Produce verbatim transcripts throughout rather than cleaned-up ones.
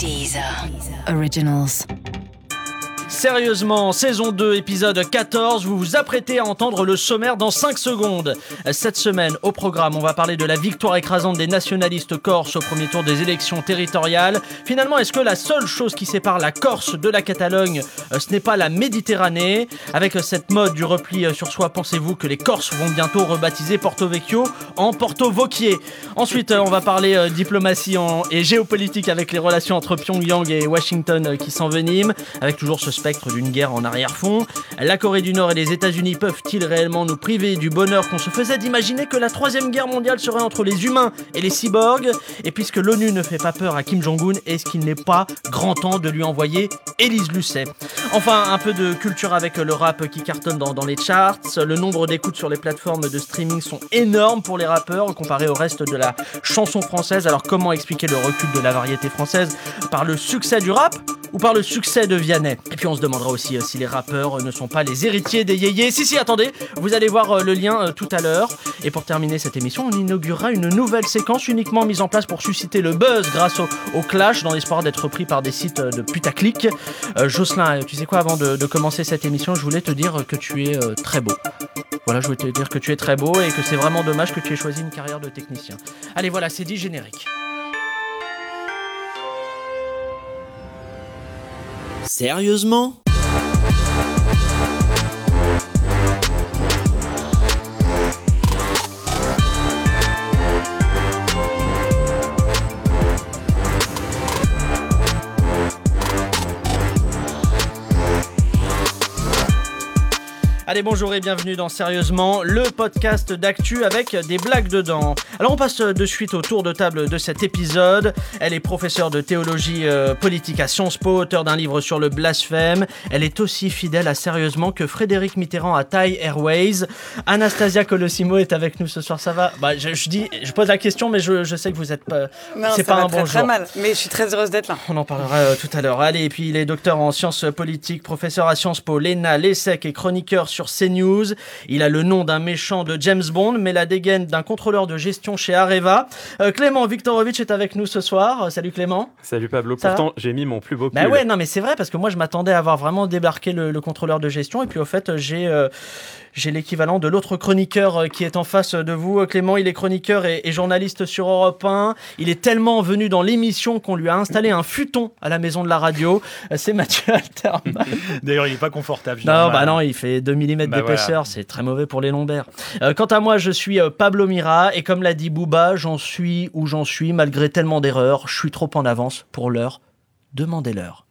Deezer Originals. Sérieusement, saison deux, épisode quatorze, vous vous apprêtez à entendre le sommaire dans cinq secondes. Cette semaine, au programme, on va parler de la victoire écrasante des nationalistes corses au premier tour des élections territoriales. Finalement, est-ce que la seule chose qui sépare la Corse de la Catalogne, ce n'est pas la Méditerranée ? Avec cette mode du repli sur soi, pensez-vous que les Corses vont bientôt rebaptiser Porto Vecchio en Porto Vecchio ? Ensuite, on va parler euh, diplomatie en... et géopolitique avec les relations entre Pyongyang et Washington euh, qui s'enveniment, avec toujours ce spectre d'une guerre en arrière-fond. La Corée du Nord et les États-Unis peuvent-ils réellement nous priver du bonheur qu'on se faisait d'imaginer que la troisième guerre mondiale serait entre les humains et les cyborgs ? Et puisque l'ONU ne fait pas peur à Kim Jong-un, est-ce qu'il n'est pas grand temps de lui envoyer Élise Lucet ? Enfin, un peu de culture avec le rap qui cartonne dans, dans les charts. Le nombre d'écoutes sur les plateformes de streaming sont énormes pour les rappeurs comparé au reste de la chanson française. Alors comment expliquer le recul de la variété française ? Par le succès du rap ou par le succès de Vianney ? Et puis on se demandera aussi euh, si les rappeurs euh, ne sont pas les héritiers des yéyés. Si, si, attendez, vous allez voir euh, le lien euh, tout à l'heure. Et pour terminer cette émission, on inaugurera une nouvelle séquence uniquement mise en place pour susciter le buzz grâce au, au clash, dans l'espoir d'être pris par des sites euh, de putaclic. Euh, Jocelyn, tu sais quoi, avant de, de commencer cette émission, je voulais te dire que tu es euh, très beau. Voilà, je voulais te dire que tu es très beau et que c'est vraiment dommage que tu aies choisi une carrière de technicien. Allez, voilà, c'est dit, générique. Sérieusement ? Allez, bonjour et bienvenue dans Sérieusement, le podcast d'actu avec des blagues dedans. Alors on passe de suite au tour de table de cet épisode. Elle est professeure de théologie euh, politique à Sciences Po, auteure d'un livre sur le blasphème. Elle est aussi fidèle à Sérieusement que Frédéric Mitterrand à Thai Airways. Anastasia Colosimo est avec nous ce soir, ça va ? Bah, je, je dis, je pose la question, mais je, je sais que vous êtes pas... Non, c'est ça pas va un très, bon très jour. mal, mais je suis très heureuse d'être là. On en parlera euh, tout à l'heure. Allez, et puis il est docteur en sciences politiques, professeur à Sciences Po, l'E N A, l'ESSEC et chroniqueur sur CNews. Il a le nom d'un méchant de James Bond, mais la dégaine d'un contrôleur de gestion chez Areva. Euh, Clément Viktorovitch est avec nous ce soir. Euh, salut Clément. Salut Pablo. Ça Pourtant, va ? j'ai mis mon plus beau pull. Bah ouais, non mais c'est vrai, parce que moi je m'attendais à avoir vraiment débarqué le, le contrôleur de gestion, et puis au fait j'ai... Euh, J'ai l'équivalent de l'autre chroniqueur qui est en face de vous. Clément, il est chroniqueur et, et journaliste sur Europe un. Il est tellement venu dans l'émission qu'on lui a installé un futon à la maison de la radio. C'est Mathieu Alterman. D'ailleurs, il n'est pas confortable. Non, bah non, il fait deux millimètres bah d'épaisseur. Voilà. C'est très mauvais pour les lombaires. Euh, quant à moi, je suis euh, Pablo Mira. Et comme l'a dit Booba, j'en suis où j'en suis, malgré tellement d'erreurs. Je suis trop en avance pour l'heure. Demandez-leur.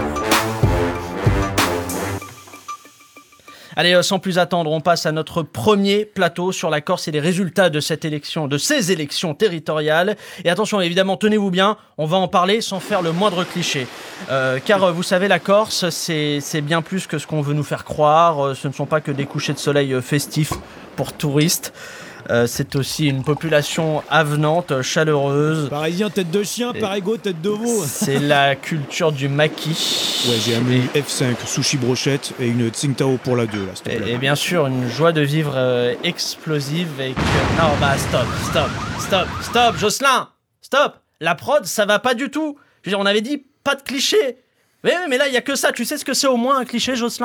Allez, sans plus attendre, on passe à notre premier plateau sur la Corse et les résultats de cette élection, de ces élections territoriales. Et attention, évidemment, tenez-vous bien, on va en parler sans faire le moindre cliché. Euh, car vous savez, la Corse, c'est, c'est bien plus que ce qu'on veut nous faire croire. Ce ne sont pas que des couchers de soleil festifs pour touristes. Euh, c'est aussi une population avenante, chaleureuse. Parisien, tête de chien, Et Parégo, tête de veau. C'est la culture du maquis. Ouais, j'ai amené une F cinq, sushi brochette et une Tsingtao pour la deux, là, s'il te plaît. Et, et bien sûr, une joie de vivre euh, explosive et que... Non, bah stop, stop, stop, stop, Jocelyn, stop. La prod, ça va pas du tout. Je veux dire, on avait dit pas de cliché. Mais, mais là, il y a que ça. Tu sais ce que c'est au moins un cliché, Jocelyn ?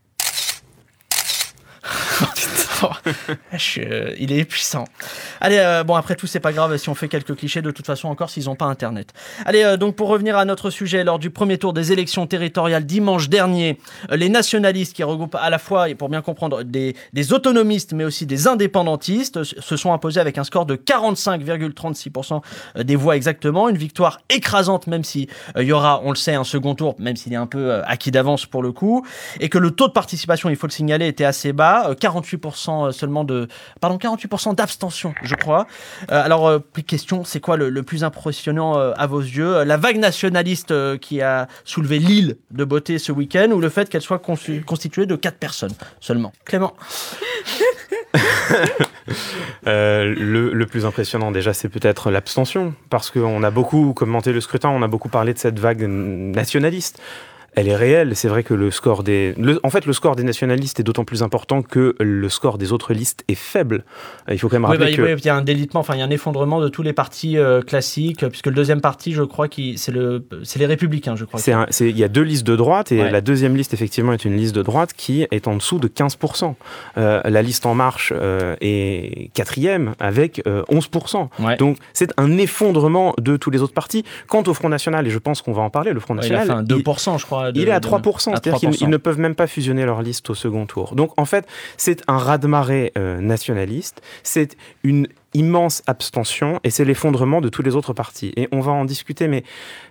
Je suis, euh, il est puissant. Allez, euh, bon, après tout, c'est pas grave si on fait quelques clichés, de toute façon, encore s'ils n'ont pas Internet. Allez, euh, donc pour revenir à notre sujet, lors du premier tour des élections territoriales dimanche dernier, euh, les nationalistes, qui regroupent à la fois, et pour bien comprendre, des, des autonomistes, mais aussi des indépendantistes, se sont imposés avec un score de quarante-cinq virgule trente-six pour cent des voix exactement. Une victoire écrasante, même si il euh, y aura, on le sait, un second tour, même s'il est un peu euh, acquis d'avance pour le coup, et que le taux de participation, il faut le signaler, était assez bas, euh, quarante-huit pour cent seulement de... Pardon, quarante-huit pour cent d'abstention, je crois. Euh, alors, euh, question, c'est quoi le, le plus impressionnant euh, à vos yeux ? La vague nationaliste euh, qui a soulevé l'île de beauté ce week-end, ou le fait qu'elle soit consu- constituée de quatre personnes seulement ? Clément. euh, le, le plus impressionnant, déjà, c'est peut-être l'abstention. Parce qu'on a beaucoup commenté le scrutin, on a beaucoup parlé de cette vague nationaliste. elle est réelle. C'est vrai que le score des... Le, en fait, le score des nationalistes est d'autant plus important que le score des autres listes est faible. Il faut quand même rappeler oui, bah, que... Oui, il y a un délitement, enfin, il y a un effondrement de tous les partis euh, classiques, puisque le deuxième parti, je crois, qui, c'est, le, c'est les Républicains, je crois. C'est un, c'est, il y a deux listes de droite, et ouais. la deuxième liste, effectivement, est une liste de droite qui est en dessous de quinze pour cent. Euh, la liste En Marche euh, est quatrième, avec euh, onze pour cent. Ouais. Donc, c'est un effondrement de tous les autres partis. Quant au Front National, et je pense qu'on va en parler, le Front National... Ouais, il a fait un deux pour cent, il, je crois. De, il est à trois pour cent, de, c'est-à-dire à trois pour cent. qu'ils ils ne peuvent même pas fusionner leur liste au second tour. Donc, en fait, c'est un raz-de-marée euh, nationaliste. C'est une immense abstention, et c'est l'effondrement de tous les autres partis. Et on va en discuter, mais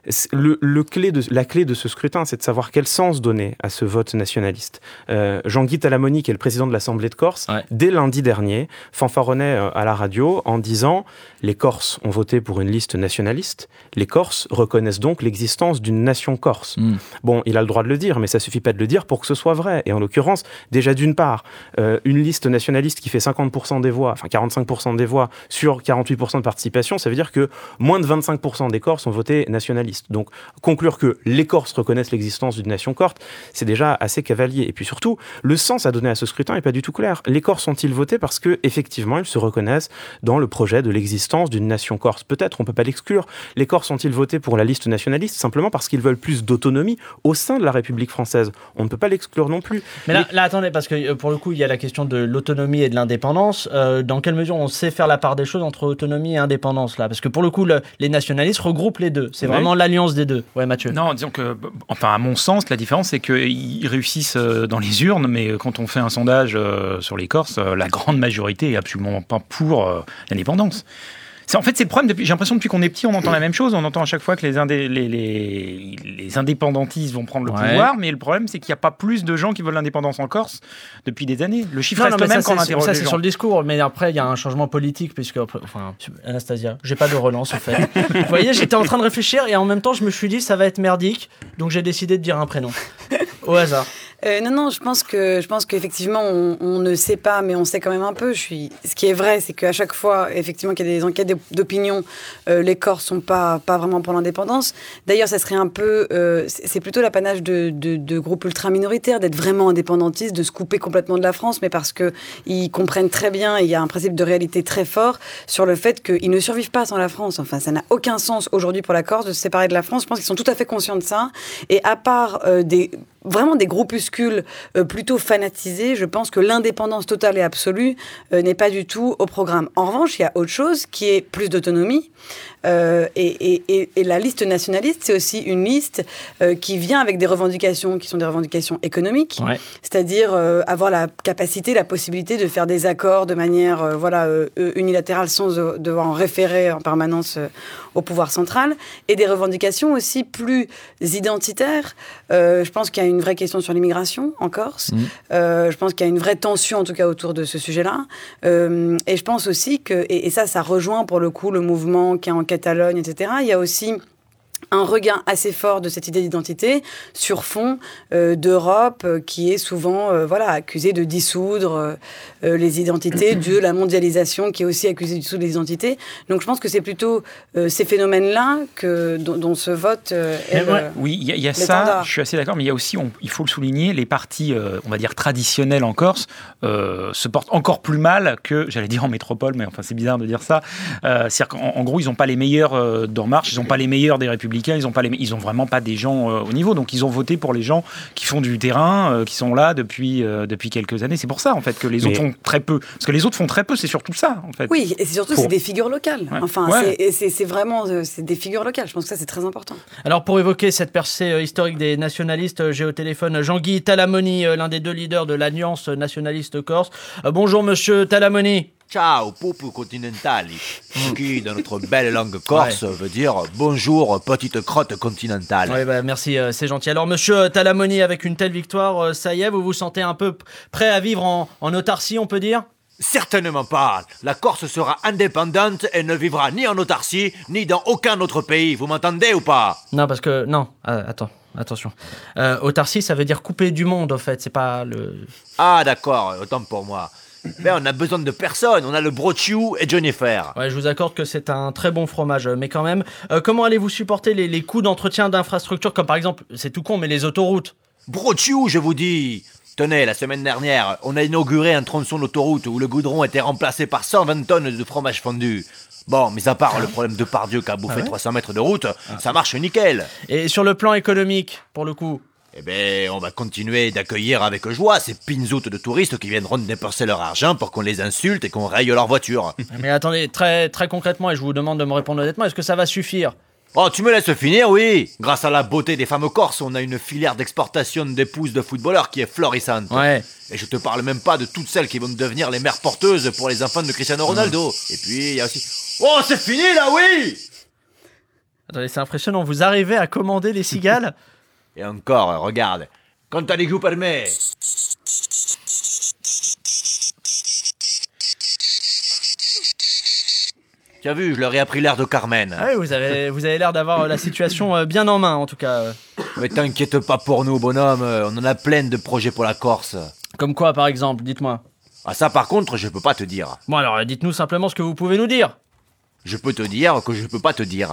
le, le clé de, la clé de ce scrutin, c'est de savoir quel sens donner à ce vote nationaliste. Euh, Jean-Guy Talamoni, qui est le président de l'Assemblée de Corse, ouais. dès lundi dernier, fanfaronnait à la radio en disant « Les Corses ont voté pour une liste nationaliste, les Corses reconnaissent donc l'existence d'une nation corse. Mm. » Bon, il a le droit de le dire, mais ça suffit pas de le dire pour que ce soit vrai. Et en l'occurrence, déjà d'une part, euh, une liste nationaliste qui fait cinquante pour cent des voix, enfin quarante-cinq pour cent des voix, sur quarante-huit pour cent de participation, ça veut dire que moins de vingt-cinq pour cent des Corses ont voté nationaliste. Donc, conclure que les Corses reconnaissent l'existence d'une nation corse, c'est déjà assez cavalier. Et puis surtout, le sens à donner à ce scrutin n'est pas du tout clair. Les Corses ont-ils voté parce qu'effectivement, ils se reconnaissent dans le projet de l'existence d'une nation corse? Peut-être, on ne peut pas l'exclure. Les Corses ont-ils voté pour la liste nationaliste simplement parce qu'ils veulent plus d'autonomie au sein de la République française? On ne peut pas l'exclure non plus. Mais là, les... là attendez, parce que pour le coup, il y a la question de l'autonomie et de l'indépendance. Euh, dans quelle mesure on sait faire la part des choses entre autonomie et indépendance là? Parce que pour le coup, le, les nationalistes regroupent les deux. C'est oui. vraiment l'alliance des deux. Ouais, Mathieu. Non, disons que, enfin, à mon sens, la différence, c'est qu'ils réussissent dans les urnes, mais quand on fait un sondage sur les Corses, la grande majorité est absolument pas pour l'indépendance. C'est, en fait, c'est le problème. Depuis, j'ai l'impression que depuis qu'on est petit, on entend la même chose. On entend à chaque fois que les, indé, les, les, les indépendantistes vont prendre le ouais. pouvoir, mais le problème, c'est qu'il n'y a pas plus de gens qui veulent l'indépendance en Corse depuis des années. Le chiffre non, reste non, le même quand on interroge ça, les c'est gens. Sur le discours, mais après, il y a un changement politique, puisque, enfin, Anastasia, j'ai pas de relance, en fait. Vous voyez, j'étais en train de réfléchir, et en même temps, je me suis dit, ça va être merdique, donc j'ai décidé de dire un prénom. Au hasard. Euh, non, non, je pense que je pense qu'effectivement, on, on ne sait pas, mais on sait quand même un peu. Je suis. Ce qui est vrai, c'est qu'à chaque fois, effectivement, qu'il y a des enquêtes d'opinion, euh, les Corses sont pas pas vraiment pour l'indépendance. D'ailleurs, ça serait un peu, euh, c'est plutôt l'apanage de, de, de groupes ultra minoritaires d'être vraiment indépendantistes, de se couper complètement de la France, mais parce que ils comprennent très bien, et il y a un principe de réalité très fort sur le fait qu'ils ne survivent pas sans la France. Enfin, ça n'a aucun sens aujourd'hui pour la Corse de se séparer de la France. Je pense qu'ils sont tout à fait conscients de ça. Et à part euh, des vraiment des groupuscules euh, plutôt fanatisés, je pense que l'indépendance totale et absolue euh, n'est pas du tout au programme. En revanche, il y a autre chose qui est plus d'autonomie. Euh, et, et, et la liste nationaliste, c'est aussi une liste euh, qui vient avec des revendications qui sont des revendications économiques, ouais. c'est-à-dire euh, avoir la capacité, la possibilité de faire des accords de manière euh, voilà, euh, unilatérale sans euh, devoir en référer en permanence euh, au pouvoir central, et des revendications aussi plus identitaires. Euh, je pense qu'il y a une vraie question sur l'immigration en Corse. Mmh. Euh, je pense qu'il y a une vraie tension, en tout cas, autour de ce sujet-là. Euh, et je pense aussi que, et, et ça, ça rejoint pour le coup le mouvement qui est en Catalogne, et cetera. Il y a aussi un regain assez fort de cette idée d'identité sur fond euh, d'Europe euh, qui est souvent euh, voilà, accusée de dissoudre euh, les identités, de la mondialisation qui est aussi accusée de dissoudre les identités. Donc je pense que c'est plutôt euh, ces phénomènes-là que, dont, dont ce vote euh, est le, ouais, oui, il y a, y a ça, standard. Je suis assez d'accord, mais il y a aussi, on, il faut le souligner, les partis, euh, on va dire, traditionnels en Corse euh, se portent encore plus mal que, j'allais dire en métropole, mais enfin c'est bizarre de dire ça. Euh, c'est-à-dire qu'en en gros, ils n'ont pas les meilleurs euh, d'En Marche, ils n'ont pas les meilleurs des Républicains, ils n'ont pas les, ils ont vraiment pas des gens euh, au niveau, donc ils ont voté pour les gens qui font du terrain, euh, qui sont là depuis euh, depuis quelques années. C'est pour ça en fait que les autres mais... font très peu, parce que les autres font très peu, c'est surtout ça en fait. Oui, et c'est surtout pour... c'est des figures locales. Ouais. Enfin, ouais. c'est, c'est, c'est vraiment c'est des figures locales. Je pense que ça c'est très important. Alors pour évoquer cette percée euh, historique des nationalistes, euh, j'ai au téléphone Jean-Guy Talamoni, euh, l'un des deux leaders de l'Alliance nationaliste corse. Euh, bonjour Monsieur Talamoni. Ciao, pupu continentali, qui dans notre belle langue corse ouais. veut dire bonjour petite crotte continentale. Oui, bah, merci, euh, c'est gentil. Alors monsieur Talamoni, avec une telle victoire, euh, ça y est, vous vous sentez un peu prêt à vivre en, en autarcie, on peut dire ? Certainement pas. La Corse sera indépendante et ne vivra ni en autarcie, ni dans aucun autre pays. Vous m'entendez ou pas ? Non, parce que... Non, euh, attends. Attention. Euh, autarcie, ça veut dire couper du monde, en fait. C'est pas le... Ah, d'accord. Autant pour moi. Mais on a besoin de personne, on a le Brochu et Jennifer. Ouais, je vous accorde que c'est un très bon fromage, mais quand même, euh, comment allez-vous supporter les, les coûts d'entretien d'infrastructures, comme par exemple, c'est tout con, mais les autoroutes? Brochu, je vous dis. Tenez, la semaine dernière, on a inauguré un tronçon d'autoroute où le goudron était remplacé par cent vingt tonnes de fromage fondu. Bon, mis à part le problème de Pardieu qui a bouffé Ah ouais trois cents mètres de route, ça marche nickel. Et sur le plan économique, pour le coup? Eh ben, on va continuer d'accueillir avec joie ces pinzoutes de touristes qui viendront dépenser leur argent pour qu'on les insulte et qu'on raye leur voiture. Mais attendez, très, très concrètement, et je vous demande de me répondre honnêtement, est-ce que ça va suffire? Oh, tu me laisses finir, oui. Grâce à la beauté des femmes corses, on a une filière d'exportation d'épouses de footballeurs qui est florissante. Ouais. Et je te parle même pas de toutes celles qui vont devenir les mères porteuses pour les enfants de Cristiano Ronaldo. Et puis, il y a aussi... Oh, c'est fini, là, oui. Attendez, c'est impressionnant, vous arrivez à commander les cigales? Et encore, regarde. Quand t'as les goûts permet. Tu as vu, je leur ai appris l'air de Carmen. Ah oui, vous avez, vous avez l'air d'avoir la situation euh, bien en main, en tout cas. Mais t'inquiète pas pour nous, bonhomme. On en a plein de projets pour la Corse. Comme quoi, par exemple, dites-moi. Ah, ça, par contre, je peux pas te dire. Bon, alors, dites-nous simplement ce que vous pouvez nous dire. Je peux te dire que je peux pas te dire.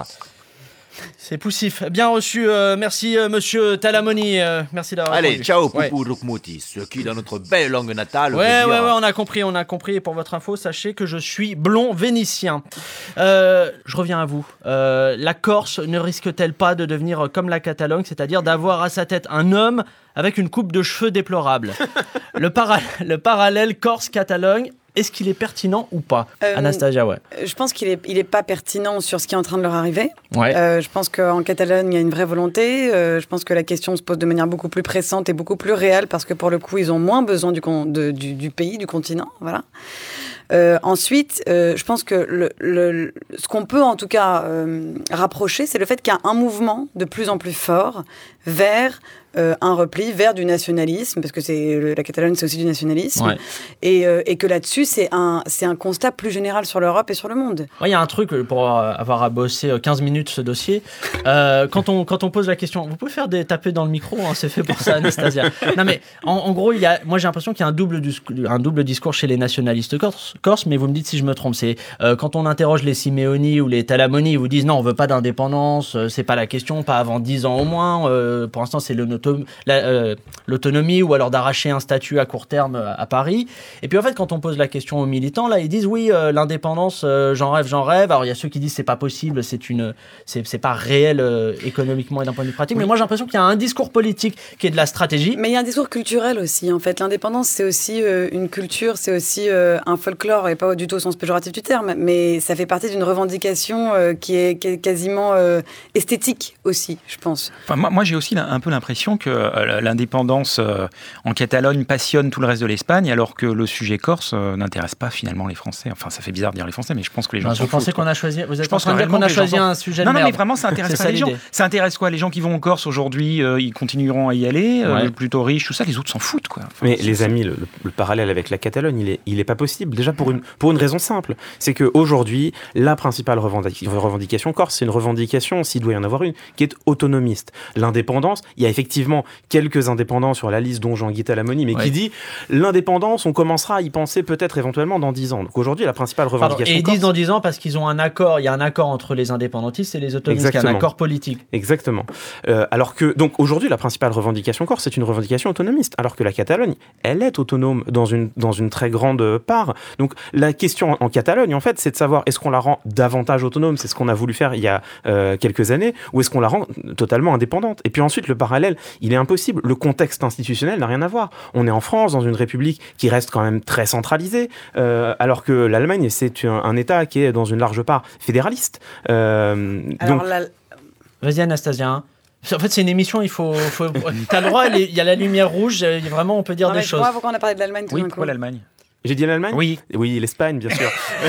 C'est poussif. Bien reçu. Euh, merci, euh, monsieur Talamoni. Euh, merci d'avoir Allez, répondu. ciao, Ouais. Poupou Rukmouti. Ce qui, dans notre belle langue natale, Ouais, veut ouais, dire... ouais, on a compris, on a compris. Et pour votre info, sachez que je suis blond vénitien. Euh, je reviens à vous. Euh, la Corse ne risque-t-elle pas de devenir comme la Catalogne, c'est-à-dire d'avoir à sa tête un homme avec une coupe de cheveux déplorable? le, para- le parallèle Corse-Catalogne, est-ce qu'il est pertinent ou pas? Euh, Anastasia, ouais. Je pense qu'il est, il est pas pertinent sur ce qui est en train de leur arriver. Ouais. Euh, je pense qu'en Catalogne, il y a une vraie volonté. Euh, je pense que la question se pose de manière beaucoup plus pressante et beaucoup plus réelle parce que pour le coup, ils ont moins besoin du, con- de, du, du pays, du continent. Voilà. Euh, ensuite, euh, je pense que le, le, ce qu'on peut en tout cas euh, rapprocher, c'est le fait qu'il y a un mouvement de plus en plus fort vers euh, un repli, vers du nationalisme, parce que c'est le- la Catalogne, c'est aussi du nationalisme, Ouais. et, euh, et que là-dessus, c'est un, c'est un constat plus général sur l'Europe et sur le monde. Il y a un truc, euh, pour euh, avoir à bosser euh, quinze minutes ce dossier, euh, quand, on, quand on pose la question, vous pouvez faire des taper dans le micro, hein, c'est fait pour ça, Anastasia. Non mais, en, en gros, il y a, moi j'ai l'impression qu'il y a un double, discours, un double discours chez les nationalistes corse, corse, mais vous me dites si je me trompe. C'est euh, quand on interroge les Simeoni ou les Talamoni, ils vous disent non, on veut pas d'indépendance, euh, c'est pas la question, pas avant dix ans au moins. Euh, pour l'instant, c'est l'autonomie, la, euh, l'autonomie ou alors d'arracher un statut à court terme à, à Paris. Et puis en fait, quand on pose la question aux militants, là, ils disent oui, euh, l'indépendance, euh, j'en rêve, j'en rêve. Alors il y a ceux qui disent c'est pas possible, c'est une, c'est, c'est pas réel euh, économiquement et d'un point de vue pratique. Mais moi, j'ai l'impression qu'il y a un discours politique qui est de la stratégie. Mais il y a un discours culturel aussi, en fait. L'indépendance, c'est aussi euh, une culture, c'est aussi euh, un folklore, et pas du tout au sens péjoratif du terme, mais ça fait partie d'une revendication euh, qui, est, qui est quasiment euh, esthétique aussi, je pense. Enfin, moi, moi, j'ai aussi un peu l'impression que euh, l'indépendance euh, en Catalogne passionne tout le reste de l'Espagne, alors que le sujet corse euh, n'intéresse pas finalement les Français. Enfin, ça fait bizarre de dire les Français, mais je pense que les gens Non, s'en vous pensez foutent, qu'on quoi. a choisi, vous êtes Je pense en train de dire réellement qu'on a que les choisi gens un sujet de non, non, merde. mais vraiment, ça intéresse C'est pas ça les gens. l'idée. Ça intéresse quoi? Les gens qui vont en Corse aujourd'hui, euh, ils continueront à y aller, euh, Ouais. les plutôt riches, tout ça, les autres s'en foutent, quoi. Enfin, Mais c'est- les amis, le, le- le parallèle avec la Catalogne, il est, il est pas possible. Déjà pour une, pour une raison simple, c'est qu'aujourd'hui, la principale revendic- revendication corse, c'est une revendication, s'il doit y en avoir une, qui est autonomiste. L'indépendance, il y a effectivement quelques indépendants sur la liste, dont Jean-Guy Talamoni, mais Ouais. qui dit l'indépendance, on commencera à y penser peut-être éventuellement dans dix ans. Donc aujourd'hui, la principale Pardon, revendication et ils corse, disent dans dix ans parce qu'ils ont un accord, il y a un accord entre les indépendantistes et les autonomistes, il y a un Exactement. accord politique. Exactement. Euh, alors que, donc aujourd'hui, la principale revendication corse, c'est une revendication autonomiste, alors que la Catalogne, elle est autonome dans une, dans une très grande part. Donc la question en, en Catalogne, en fait, c'est de savoir est-ce qu'on la rend davantage autonome, c'est ce qu'on a voulu faire il y a euh, quelques années, ou est-ce qu'on la rend totalement indépendante. Et puis ensuite, le parallèle, il est impossible. Le contexte institutionnel n'a rien à voir. On est en France, dans une république qui reste quand même très centralisée, euh, alors que l'Allemagne, c'est un, un État qui est dans une large part fédéraliste. Euh, Alors donc, là, Vas-y Anastasia. hein. En fait, c'est une émission, il faut. faut... T'as le droit, il y a la lumière rouge, euh, vraiment, on peut dire non, mais des je choses. crois pourquoi on a parlé de l'Allemagne tout Oui, d'un coup. pourquoi l'Allemagne? j'ai dit l'Allemagne? Oui. Oui, l'Espagne, bien sûr. Non,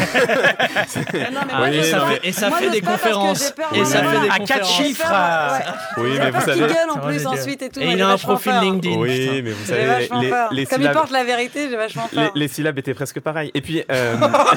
mais Ah, moi, et je ça sais fait, pas. et ça Moi, fait j'ose des pas parce que conférences. j'ai peur Et de- ça fait des À quatre conférences. chiffres. Ouais. Oui, J'ai mais peur vous qu'il savez... gueule en Ça va, plus je veux dire. ensuite et tout. Et mais il j'ai a un vachement profil peur. LinkedIn. Oui, putain. mais vous J'ai savez, les, vachement les, peur. les Comme il syllabes, porte la vérité, j'ai vachement les, peur. les syllabes étaient presque pareilles. Et puis, euh,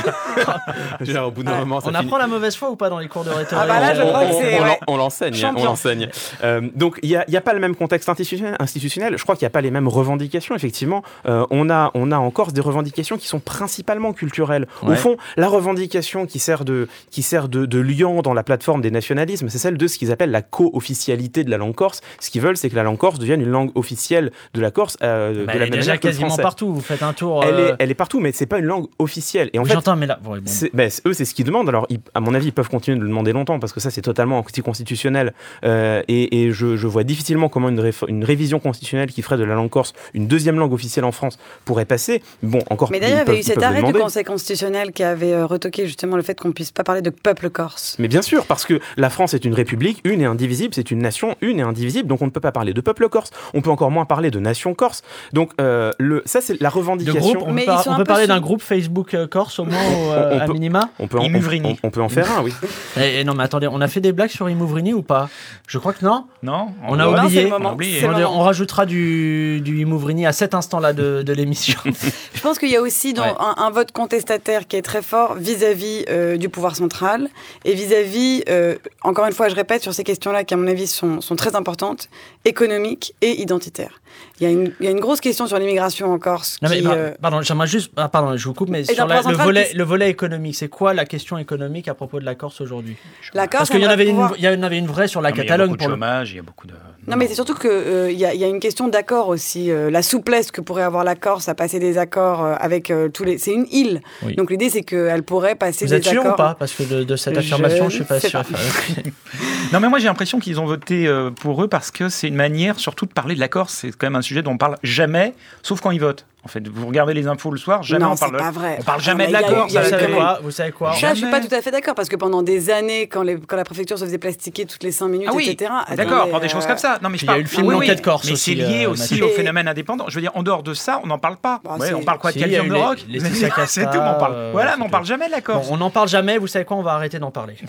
je veux dire, au bout d'un moment, ça On finit- apprend la mauvaise foi ou pas dans les cours de rhétorique? Ah bah là, je on, crois que on- c'est- on ouais. l'en- on l'enseigne, hein, on Champion. l'enseigne. Euh, donc il y a, il y a pas le même contexte institutionnel. institutionnel. Je crois qu'il n'y a pas les mêmes revendications. Effectivement, euh, on a on a en Corse des revendications revendications qui sont principalement culturelles. Ouais. Au fond, la revendication qui sert de, qui sert de, de liant dans la plateforme des nationalismes, c'est celle de ce qu'ils appellent la co-officialité de la langue corse. Ce qu'ils veulent, c'est que la langue corse devienne une langue officielle de la Corse, euh, Bah, de elle la est même déjà manière que le quasiment français. partout. Vous faites un tour. Elle, euh, est, elle est partout, mais c'est pas une langue officielle. Et en oui, fait, j'entends, mais là, ouais, bon. c'est, ben, eux, c'est ce qu'ils demandent. Alors, ils- à mon avis, ils peuvent continuer de le demander longtemps parce que ça, c'est totalement anticonstitutionnel. Euh, et et je, je vois difficilement comment une, réfo- une révision constitutionnelle qui ferait de la langue corse une deuxième langue officielle en France pourrait passer. Bon, encore. Mais d'ailleurs, il y ils peuvent- avait eu ils cet peuvent le arrêt du demander. Conseil constitutionnel qui avait euh, retoqué justement le fait qu'on ne puisse pas parler de peuple corse. Mais bien sûr, parce que la France est une république, une et indivisible, c'est une nation, une et indivisible, donc on ne peut pas parler de peuple corse, on peut encore moins parler de nation corse. Donc euh, le, ça, c'est la De revendication. groupe, on Mais peut, par- ils sont on un peut peu parler sous- d'un groupe Facebook euh, corse au moins, ou, euh, On- on à peut- minima. On peut, en, on, Imouvrini. on- on peut en faire un, oui. Et, et non, mais attendez, on a fait des blagues sur Imouvrini ou pas? Je crois que non. Non, On a Non, oublié. c'est le On a moment. oublié. C'est le On, moment. on rajoutera du, du Imouvrini à cet instant-là de, de l'émission. Je pense qu'il y a aussi dans Ouais. un, un vote contestataire qui est très fort vis-à-vis euh, du pouvoir central et vis-à-vis, euh, encore une fois, je répète, sur ces questions-là qui, à mon avis, sont, sont très importantes, économiques et identitaires. Il y a une, il y a une grosse question sur l'immigration en Corse. Non, mais, qui, par- euh, pardon, j'aimerais juste. Ah, pardon, je vous coupe, mais Et sur dans la- le pouvoir le, central, volet, qui- le volet économique, c'est quoi la question économique à propos de la Corse aujourd'hui? la Corse Parce qu'il y en aimerait avait une, pouvoir- il y en avait une vraie sur la Non, mais il y a Catalogne beaucoup de pour le. chômage, il y a beaucoup de. Non, mais c'est surtout qu'il euh, y, a- y a une question d'accord aussi. euh, la souplesse que pourrait avoir la Corse à passer des accords euh, avec euh, tous les. C'est une île. Oui. Donc l'idée, c'est qu'elle pourrait passer Vous des êtes sûr accords. ou pas? Parce que de, de cette Je affirmation, je suis ne pas sais sûr. pas. Non, mais moi j'ai l'impression qu'ils ont voté euh, pour eux parce que c'est une manière surtout de parler de la Corse. C'est quand même un sujet dont on parle jamais, sauf quand ils votent. En fait, vous regardez les infos le soir, jamais Non, on parle. c'est pas vrai. On parle Ah, jamais mais de la il y a eu- Corse. il y a Vous eu ça, savez quand c'est- même- quoi? Vous savez quoi? Ça, je suis pas Jamais. tout à fait d'accord, parce que pendant des années, quand, les, quand la préfecture se faisait plastiquer toutes les cinq minutes, Ah oui, et cetera. d'accord, attendez, pour des choses euh, comme ça. Non, mais je Puis il y a parle. eu le film oui, L'Enquête oui, Corse mais aussi, c'est lié euh, aussi Mathieu. au Et- phénomène indépendant. Je veux dire, en dehors de ça, on n'en parle pas. Bah, Ouais, c'est- on parle quoi de Si, il y a Calvium eu de les- Rock Laetitia Casta, C'est tout, mais on parle. euh, Voilà, mais on c'est parle tout. jamais de la Bon, Corse. on n'en parle jamais, vous savez quoi? On va arrêter d'en parler.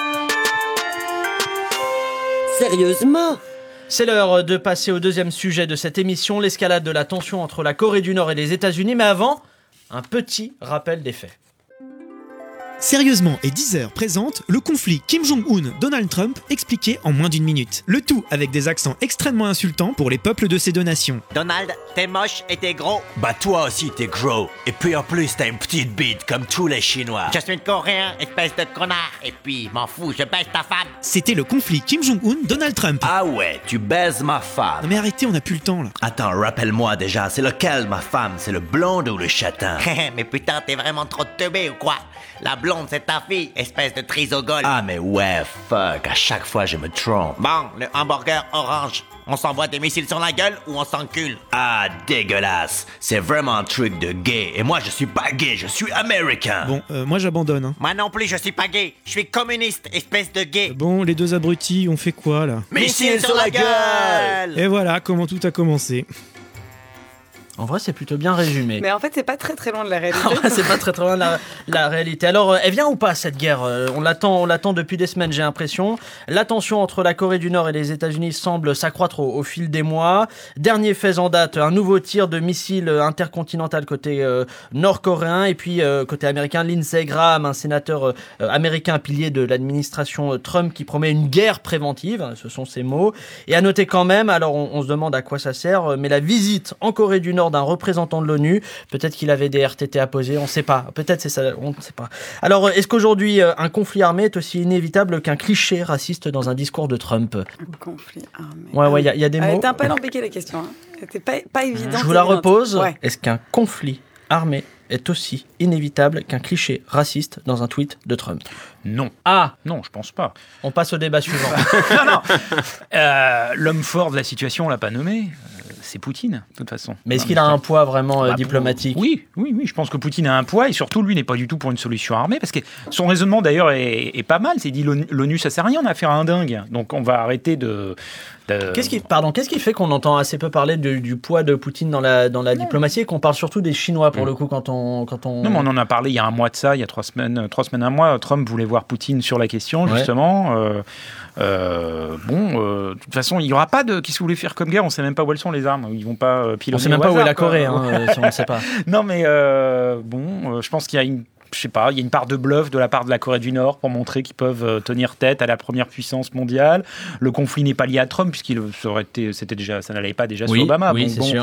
Sérieusement? C'est l'heure de passer au deuxième sujet de cette émission, l'escalade de la tension entre la Corée du Nord et les États-Unis. Mais avant, un petit rappel des faits. Sérieusement et Deezer présente le conflit Kim Jong-un-Donald Trump expliqué en moins d'une minute. Le tout avec des accents extrêmement insultants pour les peuples de ces deux nations. Donald, t'es moche et t'es gros. Bah toi aussi t'es gros. Et puis en plus t'as une petite bite comme tous les Chinois. Je suis coréen, espèce de connard. Et puis, m'en fous, je baisse ta femme. C'était le conflit Kim Jong-un-Donald Trump. Ah ouais, tu baises ma femme. Non mais arrêtez, on n'a plus le temps là. Attends, rappelle-moi déjà, c'est lequel ma femme? C'est le blonde ou le châtain? Mais putain, t'es vraiment trop teubé ou quoi? La blonde, c'est ta fille, espèce de trisogole. Ah mais ouais, fuck, à chaque fois je me trompe. Bon, le hamburger orange. On s'envoie des missiles sur la gueule ou on s'encule? Ah, dégueulasse. C'est vraiment un truc de gay. Et moi je suis pas gay, je suis américain. Bon, euh, moi j'abandonne. Hein. Moi non plus, je suis pas gay. Je suis communiste, espèce de gay. Bon, les deux abrutis, on fait quoi là? Missile sur la gueule. Et voilà comment tout a commencé. En vrai, c'est plutôt bien résumé. Mais en fait, c'est pas très très loin de la réalité. En vrai, c'est pas très très loin de la, la réalité. Alors, euh, elle vient ou pas cette guerre? Euh, On l'attend, on l'attend depuis des semaines, j'ai l'impression. La tension entre la Corée du Nord et les États-Unis semble s'accroître au, au fil des mois. Dernier fait en date, un nouveau tir de missile intercontinental côté euh, nord-coréen et puis euh, côté américain, Lindsey Graham, un sénateur euh, américain pilier de l'administration euh, Trump qui promet une guerre préventive. Ce sont ses mots. Et à noter quand même, alors on, on se demande à quoi ça sert, mais la visite en Corée du Nord d'un représentant de l'ONU, peut-être qu'il avait des R T T à poser, on ne sait pas, peut-être c'est ça, on ne sait pas. Alors, est-ce qu'aujourd'hui, euh, un conflit armé est aussi inévitable qu'un cliché raciste dans un discours de Trump? Un conflit armé. Ouais, ouais, il y, a- y a des Elle mots. était un peu alambiquée la question. Hein. C'était pas, pas évident. Je vous la repose. Ouais. Est-ce qu'un conflit armé est aussi inévitable qu'un cliché raciste dans un tweet de Trump? Non. Ah, Non, je pense pas. on passe au débat suivant. non, non. Euh, L'homme fort de la situation, on l'a pas nommé. Euh, C'est Poutine, de toute façon. Mais est-ce Non, qu'il mais a je un pense- poids vraiment euh, Bah, pour- diplomatique? Oui, oui, oui. Je pense que Poutine a un poids et surtout, lui n'est pas du tout pour une solution armée parce que son raisonnement d'ailleurs est, est pas mal. C'est dit l'ONU, l'ONU, ça sert à rien, on a affaire à un dingue. Donc on va arrêter de. de- Qu'est-ce qui, pardon, qu'est-ce qui fait qu'on entend assez peu parler de- du poids de Poutine dans la, dans la diplomatie et qu'on parle surtout des Chinois pour Mm. le coup quand on, quand on... Non, mais on en a parlé il y a un mois de ça, il y a trois semaines, trois semaines, un mois. Trump voulait voir Poutine sur la question, Ouais. justement. Euh, euh, bon, euh, de toute façon, il n'y aura pas de. Qu'est-ce que vous voulez faire comme guerre? On ne sait même pas où elles sont les armes. Ils vont pas euh, On piloter. sait même au pas où est hasard, la quoi. Corée, hein, euh, si on ne sait pas. Non, mais euh, bon, euh, je pense qu'il y a une. Je sais pas, il y a une part de bluff de la part de la Corée du Nord pour montrer qu'ils peuvent euh, tenir tête à la première puissance mondiale. Le conflit n'est pas lié à Trump puisqu'il ça aurait été, c'était déjà, ça n'allait pas déjà Oui, sur Obama. oui, Bon, c'est bon, sûr.